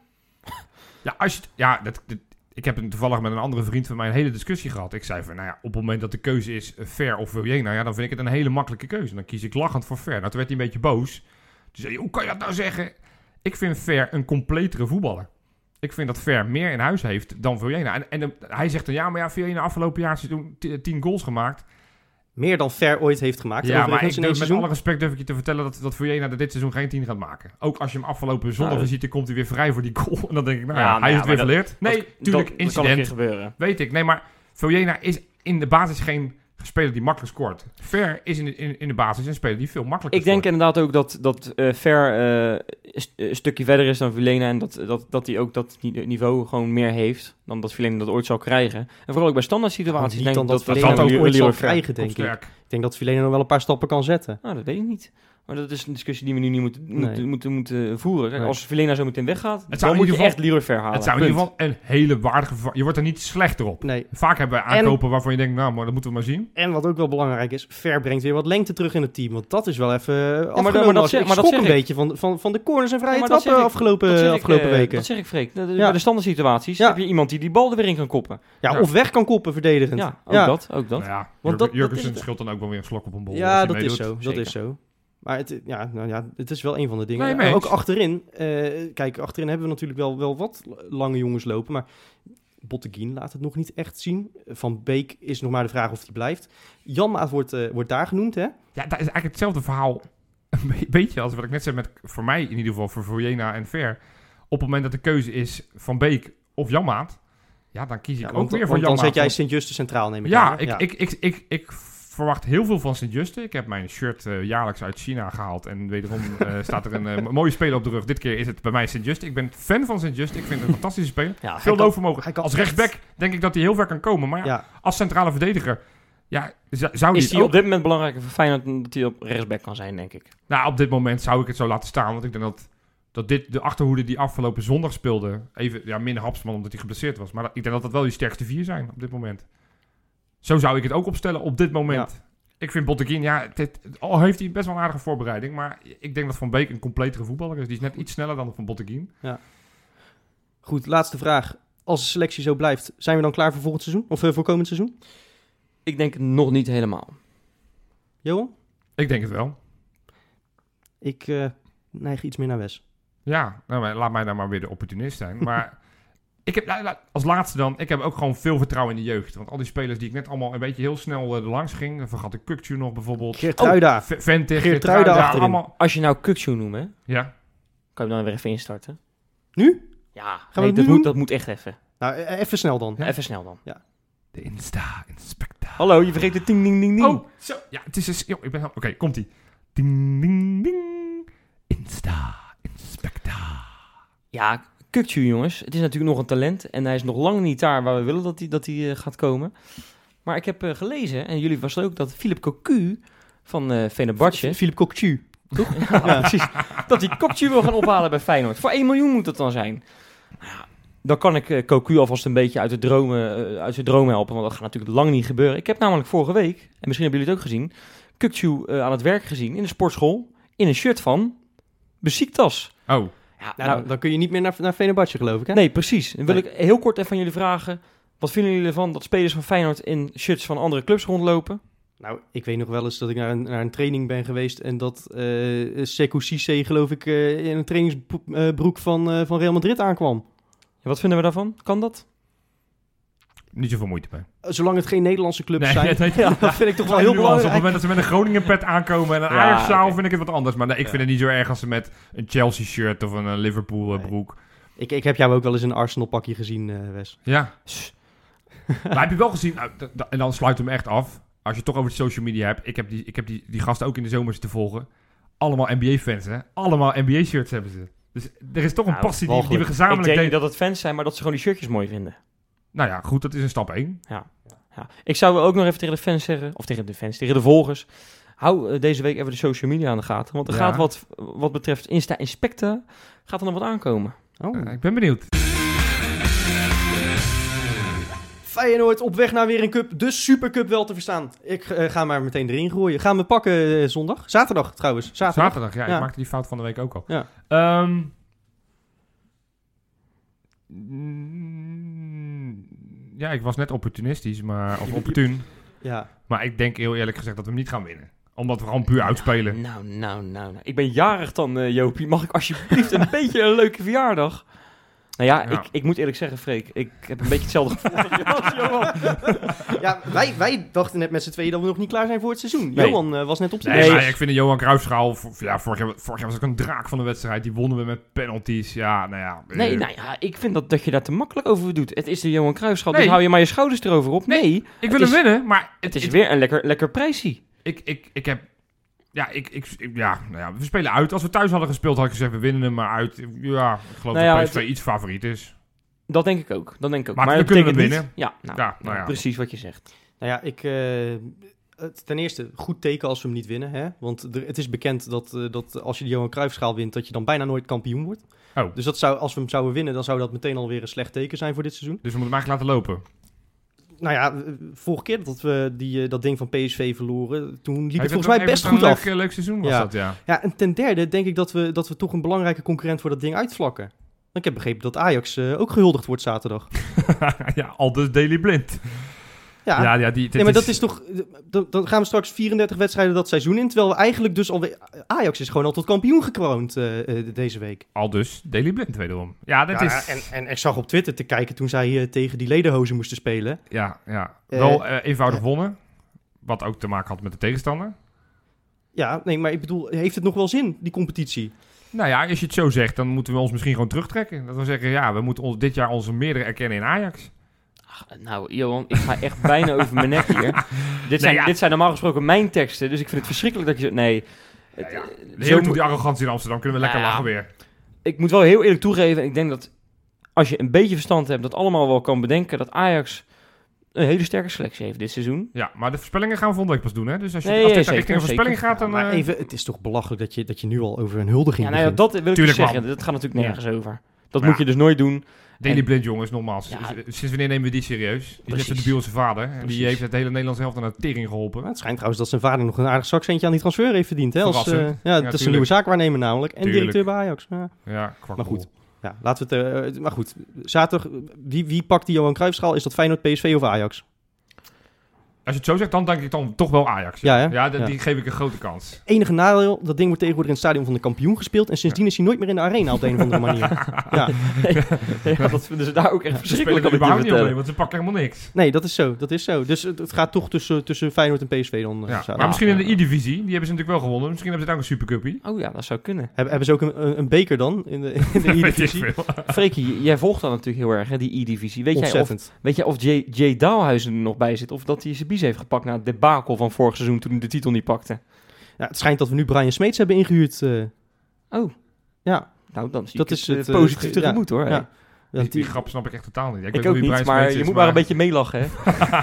Ja, als je, het- ja dat, dat- ik heb toevallig met een andere vriend van mij een hele discussie gehad. Ik zei van, nou ja, op het moment dat de keuze is uh, Fer of Vilena, ja, dan vind ik het een hele makkelijke keuze. Dan kies ik lachend voor Fer. Nou, toen werd hij een beetje boos. Toen zei hij, hoe kan je dat nou zeggen? Ik vind Fer een completere voetballer. Ik vind dat Fer meer in huis heeft dan Vilena. En, en uh, hij zegt dan, ja, maar ja, Vilena afgelopen jaar seizoen t- tien goals gemaakt. Meer dan Fer ooit heeft gemaakt. Ja, maar overigens ik in één durf, met seizoen. alle respect durf ik je te vertellen dat, dat Vilena dit seizoen geen tien gaat maken. Ook als je hem afgelopen zondag Nou, weer ziet, dan komt hij weer vrij voor die goal. En dan denk ik, nou Ja, ja, nou hij ja, heeft het weer maar dat- verleerd. Nee, Dat- tuurlijk, dat, dat kan een keer incident. gebeuren. Weet ik. Nee, maar Vilena is in de basis geen speler die makkelijk scoort. Fer is in de, in, in de basis een speler die veel makkelijker Ik denk scoort. inderdaad ook dat, dat uh, Fer uh, st- een stukje verder is dan Vilena en dat, dat, dat hij ook dat ni- niveau gewoon meer heeft dan dat Vilena dat ooit zou krijgen. En vooral ook bij standaard situaties Niet denk dan ik dat dat, Vilena dat hem ook ooit zal Leroy Fer- krijgen, denk ik. sterk. Ik denk dat Vilena nog wel een paar stappen kan zetten. Nou, dat weet ik niet. Maar dat is een discussie die we nu niet moeten, Nee. moeten, moeten, moeten voeren. Kijk, Nee. als Vilena zo meteen weggaat, zou dan in moet je ieder echt Leroy Fer halen. Het zou in Punt. ieder geval een hele waardige... va- Je wordt er niet slechter op. Nee. Vaak hebben we aankopen waarvan je denkt, nou, maar dat moeten we maar zien. En wat ook wel belangrijk is, Fer brengt weer wat lengte terug in het team. Want dat is wel even uh, afgenomen. maar dat als- zeg- ik maar dat schrok zeg een ik. beetje van, van, van de corners en vrije Ja, maar dat trappen zeg ik. afgelopen, Dat zeg ik, afgelopen eh, weken. Dat zeg ik, Freek. Dat- Ja. Bij de standaard situaties Ja. heb je iemand die die bal er weer in kan koppen. Ja, Ja. of weg kan koppen verdedigend. Ja, ook Ja. dat. Ook dat. Nou ja, Want Want dat- dat Jurgensen is het. scheelt dan ook wel weer een slok op een bol. als Ja, hij dat is meedoet. zo. Dat zeker. is zo. Maar het, ja, nou ja, het is wel een van de dingen. Nee, mee En ook eens. achterin. eh, kijk, achterin hebben we natuurlijk wel, wel wat lange jongens lopen. Maar Botteguin laat het nog niet echt zien. Van Beek is nog maar de vraag of hij blijft. Janmaat wordt, uh, wordt daar genoemd, hè? Ja, dat is eigenlijk hetzelfde verhaal. Een be- beetje als wat ik net zei met, voor mij in ieder geval, voor Vilena en Fer. Op het moment dat de keuze is van Beek of Janmaat, ja, dan kies ik Ja, ook want, weer voor want dan Janmaat. zet jij Want- Sint-Juste centraal, neem ik Ja, aan. hè? ik, ik, ik, ik, ik verwacht heel veel van Sint-Juste. Ik heb mijn shirt uh, jaarlijks uit China gehaald. En wederom uh, staat er een uh, mooie speler op de rug. Dit keer is het bij mij Sint-Juste. Ik ben fan van Sint-Juste. Ik vind het een fantastische speler. Ja, Veel kan- loopvermogen. hij kan Als echt- rechtsback denk ik dat hij heel ver kan komen. Maar ja, Ja, als centrale verdediger, ja, z- zou is hij hij ook... op dit moment belangrijker voor Feyenoord dan dat hij op rechtsback kan zijn, denk ik. Nou, op dit moment zou ik het zo laten staan. Want ik denk dat, dat dit de achterhoede die afgelopen zondag speelde... Even, ja, minder Hapsman omdat hij geblesseerd was. Maar dat- ik denk dat dat wel die sterkste vier zijn op dit moment. Zo zou ik het ook opstellen op dit moment. Ik vind Botteguin, ja, het, het- al heeft hij best wel een aardige voorbereiding. Maar ik denk dat Van Beek een completere voetballer is. Die is net iets sneller dan Van Botteguin. goed. Laatste vraag. Als de selectie zo blijft, zijn we dan klaar voor volgend seizoen? Of uh, voor komend seizoen? Ik denk nog niet helemaal. Johan? Ik denk het wel. Ik uh, neig iets meer naar Wes. Ja, nou, maar laat mij dan maar weer de opportunist zijn. Maar Ik heb, nou, nou, als laatste dan, ik heb ook gewoon veel vertrouwen in de jeugd. Want al die spelers die ik net allemaal een beetje heel snel uh, er langs ging. Dan vergat ik Kukçu nog bijvoorbeeld. Geertruida. Oh, V- Vente, Geertruida Geertruida, achterin. allemaal. Als je nou Kukçu noemt, hè, Ja. kan je hem dan weer even instarten? Nu? Ja, we nee, het dat, nu moet, doen? dat moet echt even. Nou, e- even snel dan. Ja. Even snel dan. De Insta-inspector. Hallo, je vergeet de ting ding ding ding. Oh, zo. Ja, het is dus... Joh, ik ben... Oké, okay, komt-ie. Ding, ding, ding. Insta-inspector. Ja, Kukçu, jongens. Het is natuurlijk nog een talent. En hij is nog lang niet daar waar we willen dat hij, dat hij uh, gaat komen. Maar ik heb uh, gelezen, en jullie was het ook, dat Philip Cocu van uh, Fenerbahce... Philip Cocu. Toch? Ja, ja, precies. Dat hij Cocu wil gaan ophalen bij Feyenoord. Voor één miljoen moet dat dan zijn. Nou ja, dan kan ik uh, Cocu alvast een beetje uit de dromen, uh, uit zijn droom helpen. Want dat gaat natuurlijk lang niet gebeuren. Ik heb namelijk vorige week, en misschien hebben jullie het ook gezien... Kukçu uh, aan het werk gezien in de sportschool... in een shirt van Besiktas. Oh. Ja, Nou, nou, dan, dan kun je niet meer naar, naar Fenerbahce, geloof ik, hè? nee, precies. Dan wil Nee. ik heel kort even aan jullie vragen... wat vinden jullie ervan dat spelers van Feyenoord in shirts van andere clubs rondlopen? Nou, ik weet nog wel eens dat ik naar een, naar een training ben geweest... en dat uh, Sekou Cissé, geloof ik, uh, in een trainingsbroek van, uh, van Real Madrid aankwam. Ja, wat vinden we daarvan? Kan dat? Niet zoveel moeite mee. Zolang het geen Nederlandse clubs Nee, zijn, ja, nee, ja, dat vind ik toch wel Heel heel nuance. Op het belangrijk. moment dat ze met een Groningen pet aankomen en een Ja, Ajax-zaal oké. vind ik het wat anders. Maar nee, ik vind het niet zo erg als ze met een Chelsea-shirt of een uh, Liverpool-broek. Ik, ik heb jou ook wel eens in een Arsenal-pakje gezien, uh, Wes. Ja. Maar heb je wel gezien, nou, d- d- en dan sluit hem echt af. Als je het toch over de social media hebt. Ik heb die, ik heb die, die gasten ook in de zomer zitten volgen. Allemaal N B A-fans, hè? Allemaal N B A-shirts hebben ze. Dus er is toch een Nou, passie die, die we walgelijk. Ik gezamenlijk denk niet delen. dat het fans zijn, maar dat ze gewoon die shirtjes mooi vinden. Nou ja, goed, dat is een stap één. Ja. Ik zou ook nog even tegen de fans zeggen, of tegen de fans, tegen de volgers. Hou uh, deze week even de social media aan de gaten. Want er Ja. gaat wat, wat betreft Insta-inspector, gaat er nog wat aankomen. Oh. Uh, ik ben benieuwd. Feyenoord op weg naar weer een cup. De Supercup wel te verstaan. Ik uh, ga maar meteen erin gooien. Gaan we pakken uh, zondag? Zaterdag trouwens. Zaterdag. Zaterdag, ja, Ja. Ik maakte die fout van de week ook al. Ja. Ehm, mm, ja, ik was net opportunistisch, maar, of opportun. Ja. Maar ik denk heel eerlijk gezegd dat we hem niet gaan winnen. Omdat we gewoon puur uitspelen. Nou, nou, nou, nou. Ik ben jarig dan, uh, Jopie. Mag ik alsjeblieft een beetje een leuke verjaardag? Nou ja, Ja. Ik, ik moet eerlijk zeggen, Freek. Ik heb een beetje hetzelfde gevoel als Johan. Ja, wij, wij dachten net met z'n tweeën dat we nog niet klaar zijn voor het seizoen. Nee. Johan uh, was net op zijn Nee, Nee. maar ik vind de Johan Cruijffschaal... v- Ja, vorig jaar, vorig jaar was ook een draak van de wedstrijd. Die wonnen we met penalties. Ja, nou ja. eh, Nee, nou ja, ik vind dat, dat je daar te makkelijk over doet. Het is de Johan Cruijffschaal, Nee. dus hou je maar je schouders erover op. Nee, Ik het wil is- hem winnen, maar... het is weer een lekker, lekker prijsie. Ik, ik, ik heb... Ja, ik, ik, ik- ja, nou ja, we spelen uit. Als we thuis hadden gespeeld, had ik gezegd, we winnen hem maar uit. Ja, ik geloof Nou ja, dat P S V het- iets favoriet is. Dat denk ik ook. Dat denk ik ook. Maar we dat kunnen betekent het niet- Ja, nou, Ja, nou ja. precies wat je zegt. Nou ja, ik... uh, het- ten eerste, goed teken als we hem niet winnen. Hè? Want er, het is bekend dat, uh, dat als je de Johan Cruijffschaal wint... dat je dan bijna nooit kampioen wordt. Oh. Dus dat zou, als we hem zouden winnen... dan zou dat meteen alweer een slecht teken zijn voor dit seizoen. Dus we moeten hem eigenlijk laten lopen. Nou ja, uh, vorige keer dat we die, uh, dat ding van P S V verloren... toen liep het Heeft volgens mij heeft best het goed een af. leuk, leuk seizoen was Ja. dat, ja. Ja, en ten derde denk ik dat we, dat we toch een belangrijke concurrent voor dat ding uitvlakken. Ik heb begrepen dat Ajax uh, ook gehuldigd wordt zaterdag. ja, al dus Daily Blind. Ja, Ja, ja, die, dit nee, maar dat is toch... Dan, dan gaan we straks vierendertig wedstrijden dat seizoen in... terwijl we eigenlijk dus alweer... Ajax is gewoon al tot kampioen gekroond uh, uh, deze week. Al dus Daily Blind wederom. Ja, dat Ja, is... en, en ik zag op Twitter te kijken toen zij uh, tegen die ledenhozen moesten spelen. Ja, ja. Eh, Wel uh, eenvoudig wonnen. Wat ook te maken had met de tegenstander. Ja, nee, maar ik bedoel, heeft het nog wel zin, die competitie? Nou ja, als je het zo zegt, dan moeten we ons misschien gewoon terugtrekken. Dat we zeggen, ja, we moeten ons, dit jaar onze meerdere erkennen in Ajax. Ach, nou, Johan, ik ga echt bijna over mijn nek hier. Dit zijn, ja. dit zijn normaal gesproken mijn teksten, dus ik vind het verschrikkelijk dat je... Nee. Ja, Het, ja. eh, De zo hele moet- die arrogantie in Amsterdam, kunnen we lekker Ja. lachen weer. ik moet wel heel eerlijk toegeven, ik denk dat als je een beetje verstand hebt, dat allemaal wel kan bedenken dat Ajax een hele sterke selectie heeft dit seizoen. Ja, maar de voorspellingen gaan we volgende week pas doen, hè? Dus als, je, Nee, als dit zeker, richting een voorspelling zeker. gaat, dan... maar eh, even, het is toch belachelijk dat je, dat je nu al over een huldiging Ja, nou ja, begint. dat wil ik Tuurlijk, dus zeggen. man. Dat gaat natuurlijk Ja. nergens over. Dat Maar moet je dus nooit doen. Daily En- Blind, jongens, nogmaals. Ja. S- Sinds wanneer nemen we die serieus? Die is net zo Precies. debiel als zijn vader. En die Precies. heeft het hele Nederlandse helft aan de tering geholpen. Maar het schijnt trouwens dat zijn vader nog een aardig zakcentje aan die transfer heeft verdiend. Hè? Als, uh, Verrassend. ja, dat is tuurlijk. een nieuwe zaakwaarnemer namelijk. En Tuurlijk. directeur bij Ajax. Ja. Ja, kwak. Maar goed. Ja, laten we het... Uh, maar goed, zaterdag... Wie, wie pakt die Johan Cruijffschaal? Is dat Feyenoord, P S V of Ajax? Als je het zo zegt, dan denk ik dan toch wel Ajax. Ja, hè? Ja, d- Ja. die geef ik een grote kans. Enige nadeel, dat ding wordt tegenwoordig in het stadion van de kampioen gespeeld. En sindsdien is hij nooit meer in de arena op de een of andere manier. Ja. ja, dat vinden ze daar ook echt Ze verschrikkelijk, spelen kan er ik je überhaupt niet op mee, vertellen. want ze pakken helemaal niks. Nee, dat is zo. Dat is zo. Dus het, het gaat toch tussen, tussen Feyenoord en P S V dan. Ja. uh, Maar zaterdag. misschien in de ja. I-divisie, die hebben ze natuurlijk wel gewonnen. Misschien hebben ze daar ook een supercuppie. Oh ja, dat zou kunnen. Hebben, hebben ze ook een, een, een beker dan in de, in de Weet ik I-divisie? veel. Freekie, jij volgt dat natuurlijk heel erg, hè, die I-divisie. Weet jij of, Ontzettend. weet jij of Jay, Jay Daalhuizen er nog bij zit? Of dat hij zijn bies heeft gepakt na het debakel van vorig seizoen toen hij de titel niet pakte? Ja, het schijnt dat we nu Brian Smeets hebben ingehuurd. uh, Oh, ja, nou dan zie Dat ik is het, het, eh, uh, positief ge- tegemoet hoor. ja. hè. Ja, Die, die- die grap snap ik echt totaal niet. Ik weet ook wie niet, Brian maar Smeets je is, moet maar een beetje meelachen. Hè?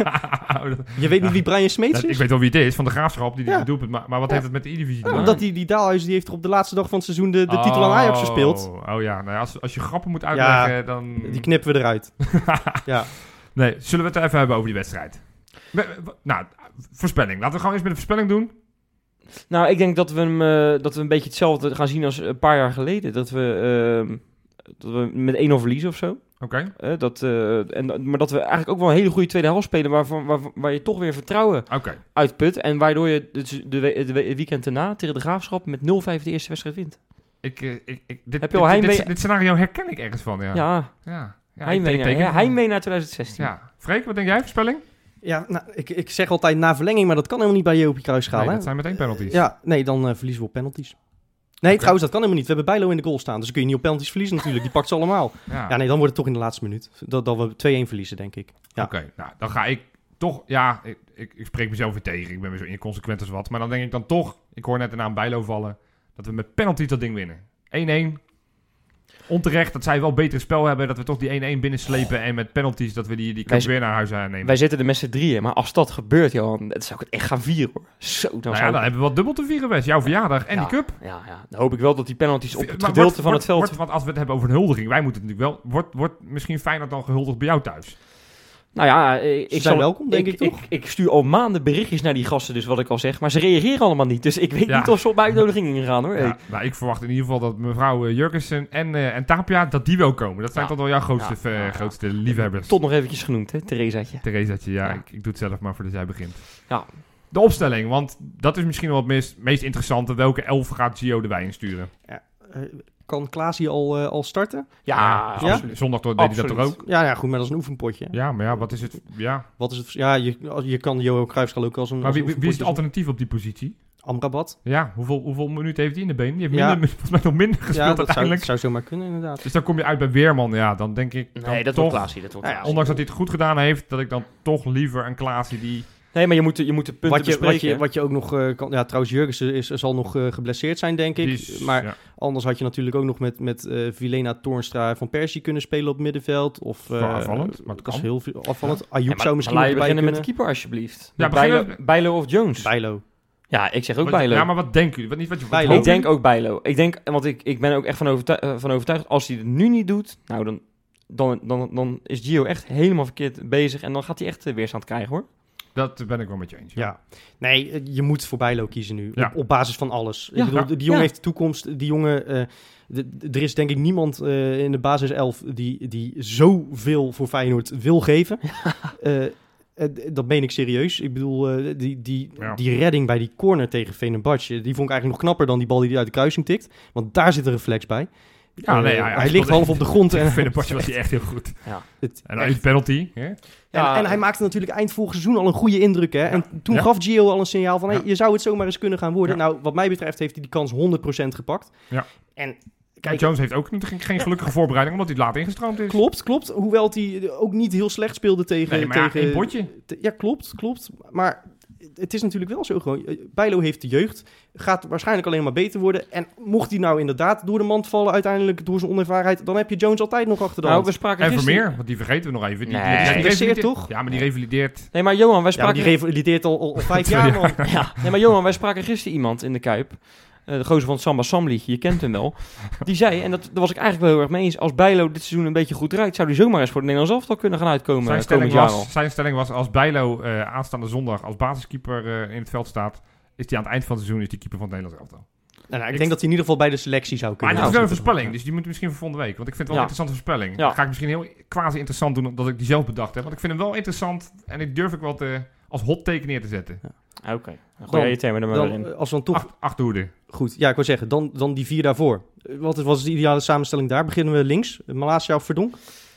Oh, dat- je weet niet wie Brian Smeets dat- is? ik weet wel wie het is, van de Graafschap, die die Ja. doelpunt. Maar, maar wat Ja. heeft het met de I-divisie te Ja, maken? omdat die, die Daalhuizen die heeft er op de laatste dag van het seizoen de, de titel aan Ajax Oh, gespeeld. Oh ja, nou ja, als, als je grappen moet uitleggen, dan... Die knippen we eruit. Ja. Nee, zullen we het even hebben over die wedstrijd? We- we- nou, voorspelling. Laten we gewoon eens met de voorspelling doen. Nou, ik denk dat we hem eh, dat we een beetje hetzelfde gaan zien als een paar jaar geleden. Dat we, eh, dat we met één nul verliezen of zo. Oké, Eh, dat, eh, en, maar dat we eigenlijk ook wel een hele goede tweede helft spelen, waarvan, waar, waar je toch weer vertrouwen oké. uitput. En waardoor je dus de, we- de, we- het weekend daarna tegen de Graafschap met nul vijf de eerste wedstrijd wint. Ik, eh, ik, ik, dit, Heb je al dit, heimwee- dit, dit scenario herken ik ergens van, ja. Ja, ja. ja ik heimwee teken- naar, ja, heimwee naar twintig zestien. Ja. Freek, wat denk jij, voorspelling? Ja, nou, ik, ik zeg altijd na verlenging, maar dat kan helemaal niet bij Jopie Kruisschaal. Nee, hè? dat zijn meteen penalties. Ja, nee, dan uh, verliezen we op penalties. Nee, Oké. trouwens, dat kan helemaal niet. We hebben Bijlo in de goal staan, dus dan kun je niet op penalties verliezen natuurlijk. Die pakt ze allemaal. Ja. Ja, nee, dan wordt het toch in de laatste minuut. Dat, dat we twee-één verliezen, denk ik. Ja. Oké, nou, dan ga ik toch... Ja, ik, ik, ik spreek mezelf weer tegen. Ik ben weer zo inconsequent als wat. Maar dan denk ik dan toch... Ik hoor net de naam Bijlo vallen. Dat we met penalties dat ding winnen. één-één. Onterecht dat zij wel beter spel hebben. Dat we toch die één-één binnenslepen. En met penalties dat we die, die Wij- cup weer naar huis aannemen. Wij zitten er met z'n drieën, maar als dat gebeurt, Johan, dan zou ik het echt gaan vieren hoor. Zo, dan Nou zou ja, dan hebben we wat dubbel te vieren, Wes. Jouw verjaardag en Ja, die cup. Ja, ja, dan hoop ik wel dat die penalties op het Maar gedeelte wordt- van het wordt- veld... wordt- want als we het hebben over een huldiging, wij moeten het natuurlijk wel... Wordt, wordt misschien Feyenoord dan gehuldigd bij jou thuis? Nou ja, eh, ik zijn zal, welkom, denk ik, toch? Ik, ik stuur al maanden berichtjes naar die gasten, dus wat ik al zeg. Maar ze reageren allemaal niet. Dus ik weet Ja. niet of ze op mijn uitnodiging ingaan hoor. Hey. Ja, nou, ik verwacht in ieder geval dat mevrouw eh, Jurgensen en, eh, en Tapia, dat die wel komen. Dat zijn Ja. toch wel jouw grootste, Ja, eh, ja, ja. grootste liefhebbers. Tot nog eventjes genoemd, hè, Theresaatje. Theresaatje, ja, Ja. Ik, ik doe het zelf maar voordat jij begint. Ja. De opstelling, want dat is misschien wel het meest, meest interessante. Welke elf gaat Gio erbij insturen? Uh, kan Klaasie al, uh, al starten? Ja, Ja? absoluut. Zondag deed hij dat Absoluut. er ook. Ja, ja, goed, maar dat is een oefenpotje. Ja, maar ja, wat is het? Ja. Wat is het? Ja, je, je kan Johan Cruijffschaal ook als een. Maar als wie, een wie wie is het oefenpotje alternatief op die positie? zien. Amrabat. Ja, hoeveel, hoeveel minuten heeft hij in de been? Die heeft Ja. minder, volgens mij nog minder gespeeld Ja, dat zou, uiteindelijk. zou zomaar kunnen, inderdaad. Dus dan kom je uit bij Weerman. Ja, dan denk ik dan Nee, dat toch... wordt Klaasie. Dat wordt Nou ja, Klaasie. Ondanks dat hij het goed gedaan heeft, dat ik dan toch liever een Klaasie die... Nee, maar je moet, de- je moet de punten Wat je, bespreken. wat, je, wat je ook nog uh, kan... Ja, trouwens, Jurgensen is, zal nog uh, geblesseerd zijn, denk ik. die is- maar ja. anders had je natuurlijk ook nog met, met uh, Vilena, Toornstra en Van Persie kunnen spelen op het middenveld. Of, uh, Wel afvallend, maar het dat is kan. heel veel afvallend. Ja, Ayoub maar, zou misschien maar nog laat je erbij beginnen kunnen. met de keeper alsjeblieft. Ja, Met beginnen Bijlo, Bijlo of Jones. Bijlo. Ja, ik zeg ook Wat- Bijlo. Ja, maar wat denken jullie? Wat, niet wat je Bijlo. Ik Hopen denk ook Bijlo. Ik denk, want ik, ik ben ook echt van, overtuigd, uh, van overtuigd, als hij het nu niet doet, nou dan, dan, dan, dan is Gio echt helemaal verkeerd bezig en dan gaat hij echt uh, weerstand krijgen hoor. Dat ben ik wel met je eens. Ja. Ja. Nee, uh, je moet voor Bijlo kiezen nu. Ja. Op, op basis van alles. Ja. Ik bedoel, Ja. die jongen Ja. heeft de toekomst. Die jongen... Uh, de, de, er is denk ik niemand uh, in de basiself die, die zoveel voor Feyenoord wil geven. Uh, Uh, dat meen ik serieus. Ik bedoel, uh, die, die, Ja. die redding bij die corner tegen Fenerbahce, die vond ik eigenlijk nog knapper dan die bal die hij uit de kruising tikt. Want daar zit een reflex bij. Ja, Uh, nee, ja, ja, hij hij ligt speelde half op de grond. Tegen En, Fenerbahce was hij echt heel goed. Ja. het, En dan uit penalty. Hè? en, Ja, en hij maakte natuurlijk eind vorig seizoen al een goede indruk. Hè? En toen Ja. gaf Gio al een signaal van, hey, Ja. je zou het zomaar eens kunnen gaan worden. Ja. Nou, wat mij betreft heeft hij die kans honderd procent gepakt. Ja. En Kijk, Jones heeft ook geen, geen gelukkige voorbereiding, omdat hij laat ingestroomd is. klopt, klopt. Hoewel hij ook niet heel slecht speelde tegen... Nee, maar ja, tegen één potje. te- ja, klopt, klopt. Maar het is natuurlijk wel zo gewoon. Bijlo heeft de jeugd, gaat waarschijnlijk alleen maar beter worden. En mocht hij nou inderdaad door de mand vallen, uiteindelijk door zijn onervarenheid, dan heb je Jones altijd nog achter de Nou, hand. we spraken En gisteren... Vermeer, want die vergeten we nog even. Die, Nee. die, die, Die die revalideert revalideert- toch? Ja, maar die revalideert. Nee, maar Johan, wij Ja, maar spraken... die revalideert al, al, al vijf jaar, man. Ja, nee, maar Johan, wij spraken gisteren iemand in de Kuip. Uh, de gozer van het Samba Samliedje, je kent hem wel. Die zei, en dat, daar was ik eigenlijk wel heel erg mee eens, als Bijlo dit seizoen een beetje goed draait, zou hij zomaar eens voor het Nederlands elftal kunnen gaan uitkomen Zijn uh, stelling, komend jaar al. was, zijn stelling was, als Bijlo uh, aanstaande zondag als basiskeeper uh, in het veld staat, is hij aan het eind van het seizoen is die keeper van het Nederlands elftal. Nou, nou, ik Ik- denk dat hij in ieder geval bij de selectie zou Maar kunnen. het is wel een zitten. voorspelling, dus die moet misschien voor volgende week. Want ik vind het wel Ja. een interessante voorspelling. Ja. Dat ga ik misschien heel quasi interessant doen, omdat ik die zelf bedacht heb. Want ik vind hem wel interessant en ik durf ik wel te als hot take neer te zetten. Ja. Oké, okay. dan gooi jij je termen er maar Dan, weer in. eh, als we dan toch... Ach, achterhoede. Goed, ja, ik wil zeggen, dan, dan die vier daarvoor. Eh, Wat is, wat is de ideale samenstelling daar? Beginnen we links. Malasia of Verdonk?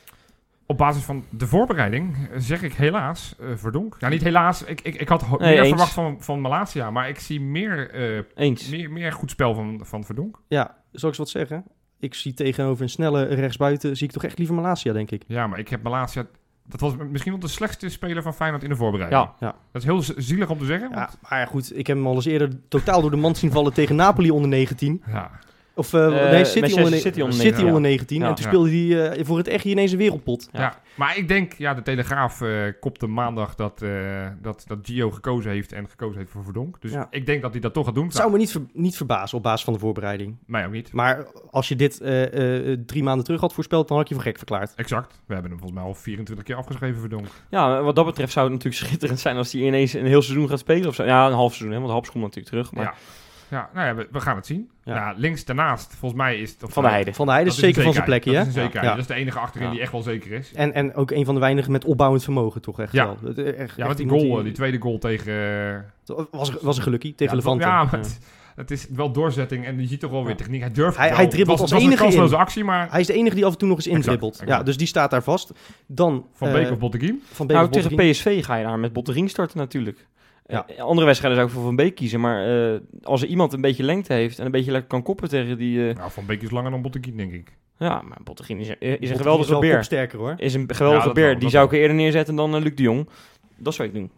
Op basis van de voorbereiding eh, zeg ik helaas uh, Verdonk. Ja, niet helaas. Ik, ik, ik had ho- Nee, meer eens. verwacht van, van Malasia, maar ik zie meer, eh, Eens. meer, meer goed spel van, van Verdonk. Ja, zal ik eens wat zeggen? Ik zie tegenover een snelle rechtsbuiten, zie ik toch echt liever Malasia, denk ik. Ja, maar ik heb Malasia... Dat was misschien wel de slechtste speler van Feyenoord in de voorbereiding. Ja. Ja. Dat is heel z- zielig om te zeggen. Ja, want- maar goed, ik heb hem al eens eerder totaal door de mand zien vallen tegen Napoli onder negentien. ja. Of uh, Eh, nee, City Manchester onder, ne- City onder City negentien, onder ja. negentien. Ja. En toen Ja. speelde hij uh, voor het echt ineens een wereldpot. Ja. Ja. maar ik denk, ja, de Telegraaf uh, kopte maandag dat, uh, dat, dat Gio gekozen heeft en gekozen heeft voor Verdonk. Dus Ja. ik denk dat hij dat toch gaat doen. Het zou me niet, ver- niet verbazen op basis van de voorbereiding. Mij ook niet. Maar als je dit uh, uh, drie maanden terug had voorspeld, dan had je voor gek verklaard. Exact. We hebben hem volgens mij al vierentwintig keer afgeschreven, Verdonk. Ja, wat dat betreft zou het natuurlijk schitterend zijn als hij ineens een heel seizoen gaat spelen. Of zo. Ja, een half seizoen, hè, want Haps komt natuurlijk terug. Maar Ja. Ja, nou ja, we, we gaan het zien. Ja. Ja. links daarnaast, volgens mij is het... of- Van de Heide. Van der Heijden is dat zeker een van zijn plekje, zekerheid. hè? Dat is een zekerheid. Ja. Dat is de enige achterin Ja. die echt wel zeker is. En, en ook een van de weinigen met opbouwend vermogen, toch echt Ja. wel. Het, eh, Echt, Ja, echt want die iemand goal, die, die tweede goal tegen... uh, Was, was een gelukkie tegen ja, Levante. Ja, maar het, het is wel doorzetting en je ziet toch wel weer Ja. techniek. Hij durft Hij- het wel. hij dribbelt Het was- als het was enige een kansloze in. actie, maar... Hij is de enige die af en toe nog eens Exact, indribbelt. exact. Ja, dus die staat daar vast. Dan Van eh, Beek of Botteguin. Van Beek Nou, of tegen Botteguin. P S V ga je daar met Botterien starten natuurlijk. Ja. Eh, andere wedstrijden zou ik voor Van Beek kiezen. Maar uh, als er iemand een beetje lengte heeft en een beetje lekker kan koppen tegen die... Uh, Nou, Van Beek is langer dan Botteguin, denk ik. ja, maar Botterien is, is een Botteguin geweldige wel beer. kopsterker, hoor. Is een geweldige Ja, dat beer. wel, Die dat zou ik wel. eerder neerzetten dan uh, Luc de Jong. Dat zou ik doen.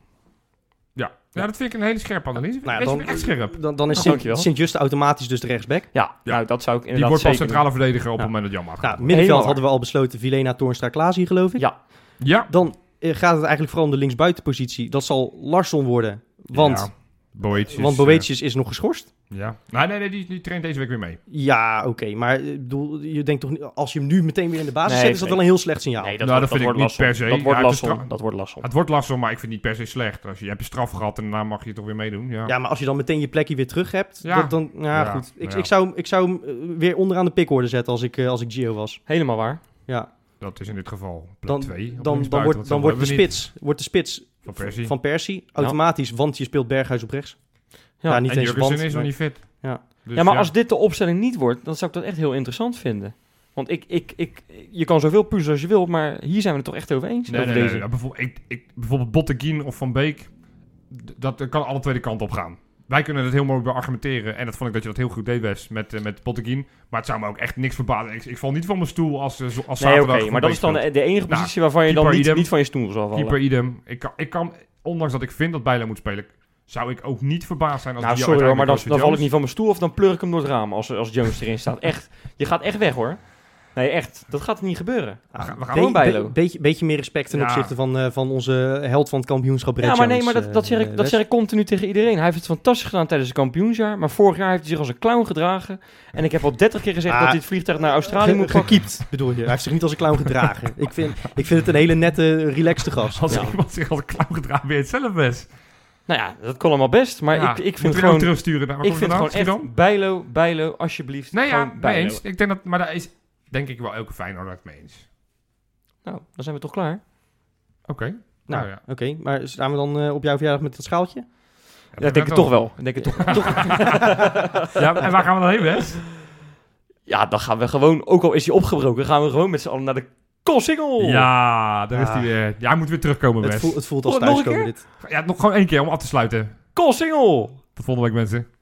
Ja. ja, dat vind ik een hele scherpe analyse. Nou ja, Wees dan- echt scherp. Dan, dan is Oh, Sint- dankjewel. Sint-Just automatisch dus de rechtsback. Ja, Ja. nou dat zou ik Die inderdaad wordt pas zeker centrale verdediger op Ja. het moment dat Jan Maat Nou, gaat. middenveld Helemaal hadden we al besloten Vilena, Toornstra, Klaas hier, geloof ik. doen. Ja, Ja. Dan eh, gaat het eigenlijk vooral om de linksbuitenpositie. Dat zal Larsson worden. Want, Ja. Boetjes, want Boetius is nog geschorst. eh, ja. Nee, nee, nee, die, die traint deze week weer mee. Ja, oké. Maar eh, bedoel, je denkt toch niet, als je hem nu meteen weer in de basis Nee, zet, is dat nee. wel een heel slecht signaal. nee, dat, Nou, wordt, dat vind wordt ik niet lastig. per se. Dat wordt Ja, het is lastig. tra- Dat wordt lastig. Het wordt lastig, maar ik vind het niet per se slecht. Als je, je hebt een straf gehad en daarna mag je toch weer meedoen. Ja. Ja, maar als je dan meteen je plekje weer terug hebt, Ja. dat, dan... Ja, Ja, goed. Ik, ja. ik, zou, ik zou hem eh, weer onderaan de pickorde zetten als ik, eh, als ik Gio was. Helemaal waar. Ja. Dat is in dit geval plek Dan, twee. dan, dan, wordt, dan wordt, de spits, wordt de spits Van Persie. van Persie automatisch, want je speelt Berghuis op rechts. Ja, Ja, niet En eens Jurgensen want. is nog nee. niet fit. Ja. Dus ja, maar als dit de opstelling niet wordt, dan zou ik dat echt heel interessant vinden. Want ik, ik, ik, je kan zoveel puzzelen als je wilt, maar hier zijn we het toch echt over eens. Nee, over nee, nee, deze. nee. Bijvoorbeeld, ik, ik, bijvoorbeeld Botteguin of Van Beek, d- dat kan alle twee de kant op gaan. Wij kunnen het heel mooi beargumenteren. En dat vond ik dat je dat heel goed deed, Wes, met, uh, met Botteguin. Maar het zou me ook echt niks verbazen. Ik, ik val niet van mijn stoel als, uh, als Nee, zaterdag... oké, Van maar dat Beek is dan speelt. de, de enige Nou, positie waarvan je dan keeper niet, idem. niet van je stoel zal vallen. Keeper idem. Ik kan, ik kan, ondanks dat ik vind dat Bijlo moet spelen, zou ik ook niet verbaasd zijn als Nou, Gio sorry hoor, maar dan, uiteindelijk dan val ik Jones- niet van mijn stoel of dan pleur ik hem door het raam als, als Jones erin staat. Echt, je gaat echt weg hoor. Nee, echt. Dat gaat niet gebeuren. We gaan, we gaan Gewoon Be- Bijlo. be- beetje, beetje meer respect ten Ja. opzichte van, uh, van onze held van het kampioenschap, Brett Ja, maar nee, Jones, maar dat, dat, zeg uh, ik, dat Wes. zeg ik continu tegen iedereen. Hij heeft het fantastisch gedaan tijdens het kampioensjaar. Maar vorig jaar heeft hij zich als een clown gedragen. En ik heb al dertig keer gezegd Ah, dat hij het vliegtuig naar Australië Ge- moet pakken. gekiept, bedoel je. Hij heeft zich niet als een clown gedragen. ik, vind, ik vind het een hele nette, relaxte gast. Als Ja. iemand zich als een clown gedraagt, ben je het zelf best. Nou ja, dat kon allemaal best. Maar Ja, ik, ik moeten vind we gewoon... hem terugsturen? Daar, waar Ik komt vind het gewoon vandaan? echt... Schiedam? Bijlo, Bijlo, alsjeblieft. Nee, ja, gewoon mee Bijlo. eens. Ik denk dat, maar daar is denk ik wel elke Feyenoord het mee eens. Nou, dan zijn we toch klaar. Oké. Nou, Nou ja. oké. Maar staan we dan uh, op jouw verjaardag met dat schaaltje? Ja, ik denk het toch wel. Ik denk het toch, toch. Ja, en waar gaan we dan heen, Wes? Ja, dan gaan we gewoon, ook al is hij opgebroken, gaan we gewoon met z'n allen naar de Koolsingel. Ja, daar is Ah. hij weer. Ja, hij moet weer terugkomen, Het, Wes. voelt, het voelt als Oh, nog een thuiskomen dit. Ja, nog gewoon één keer om af te sluiten. Koolsingel! Tot volgende week, mensen.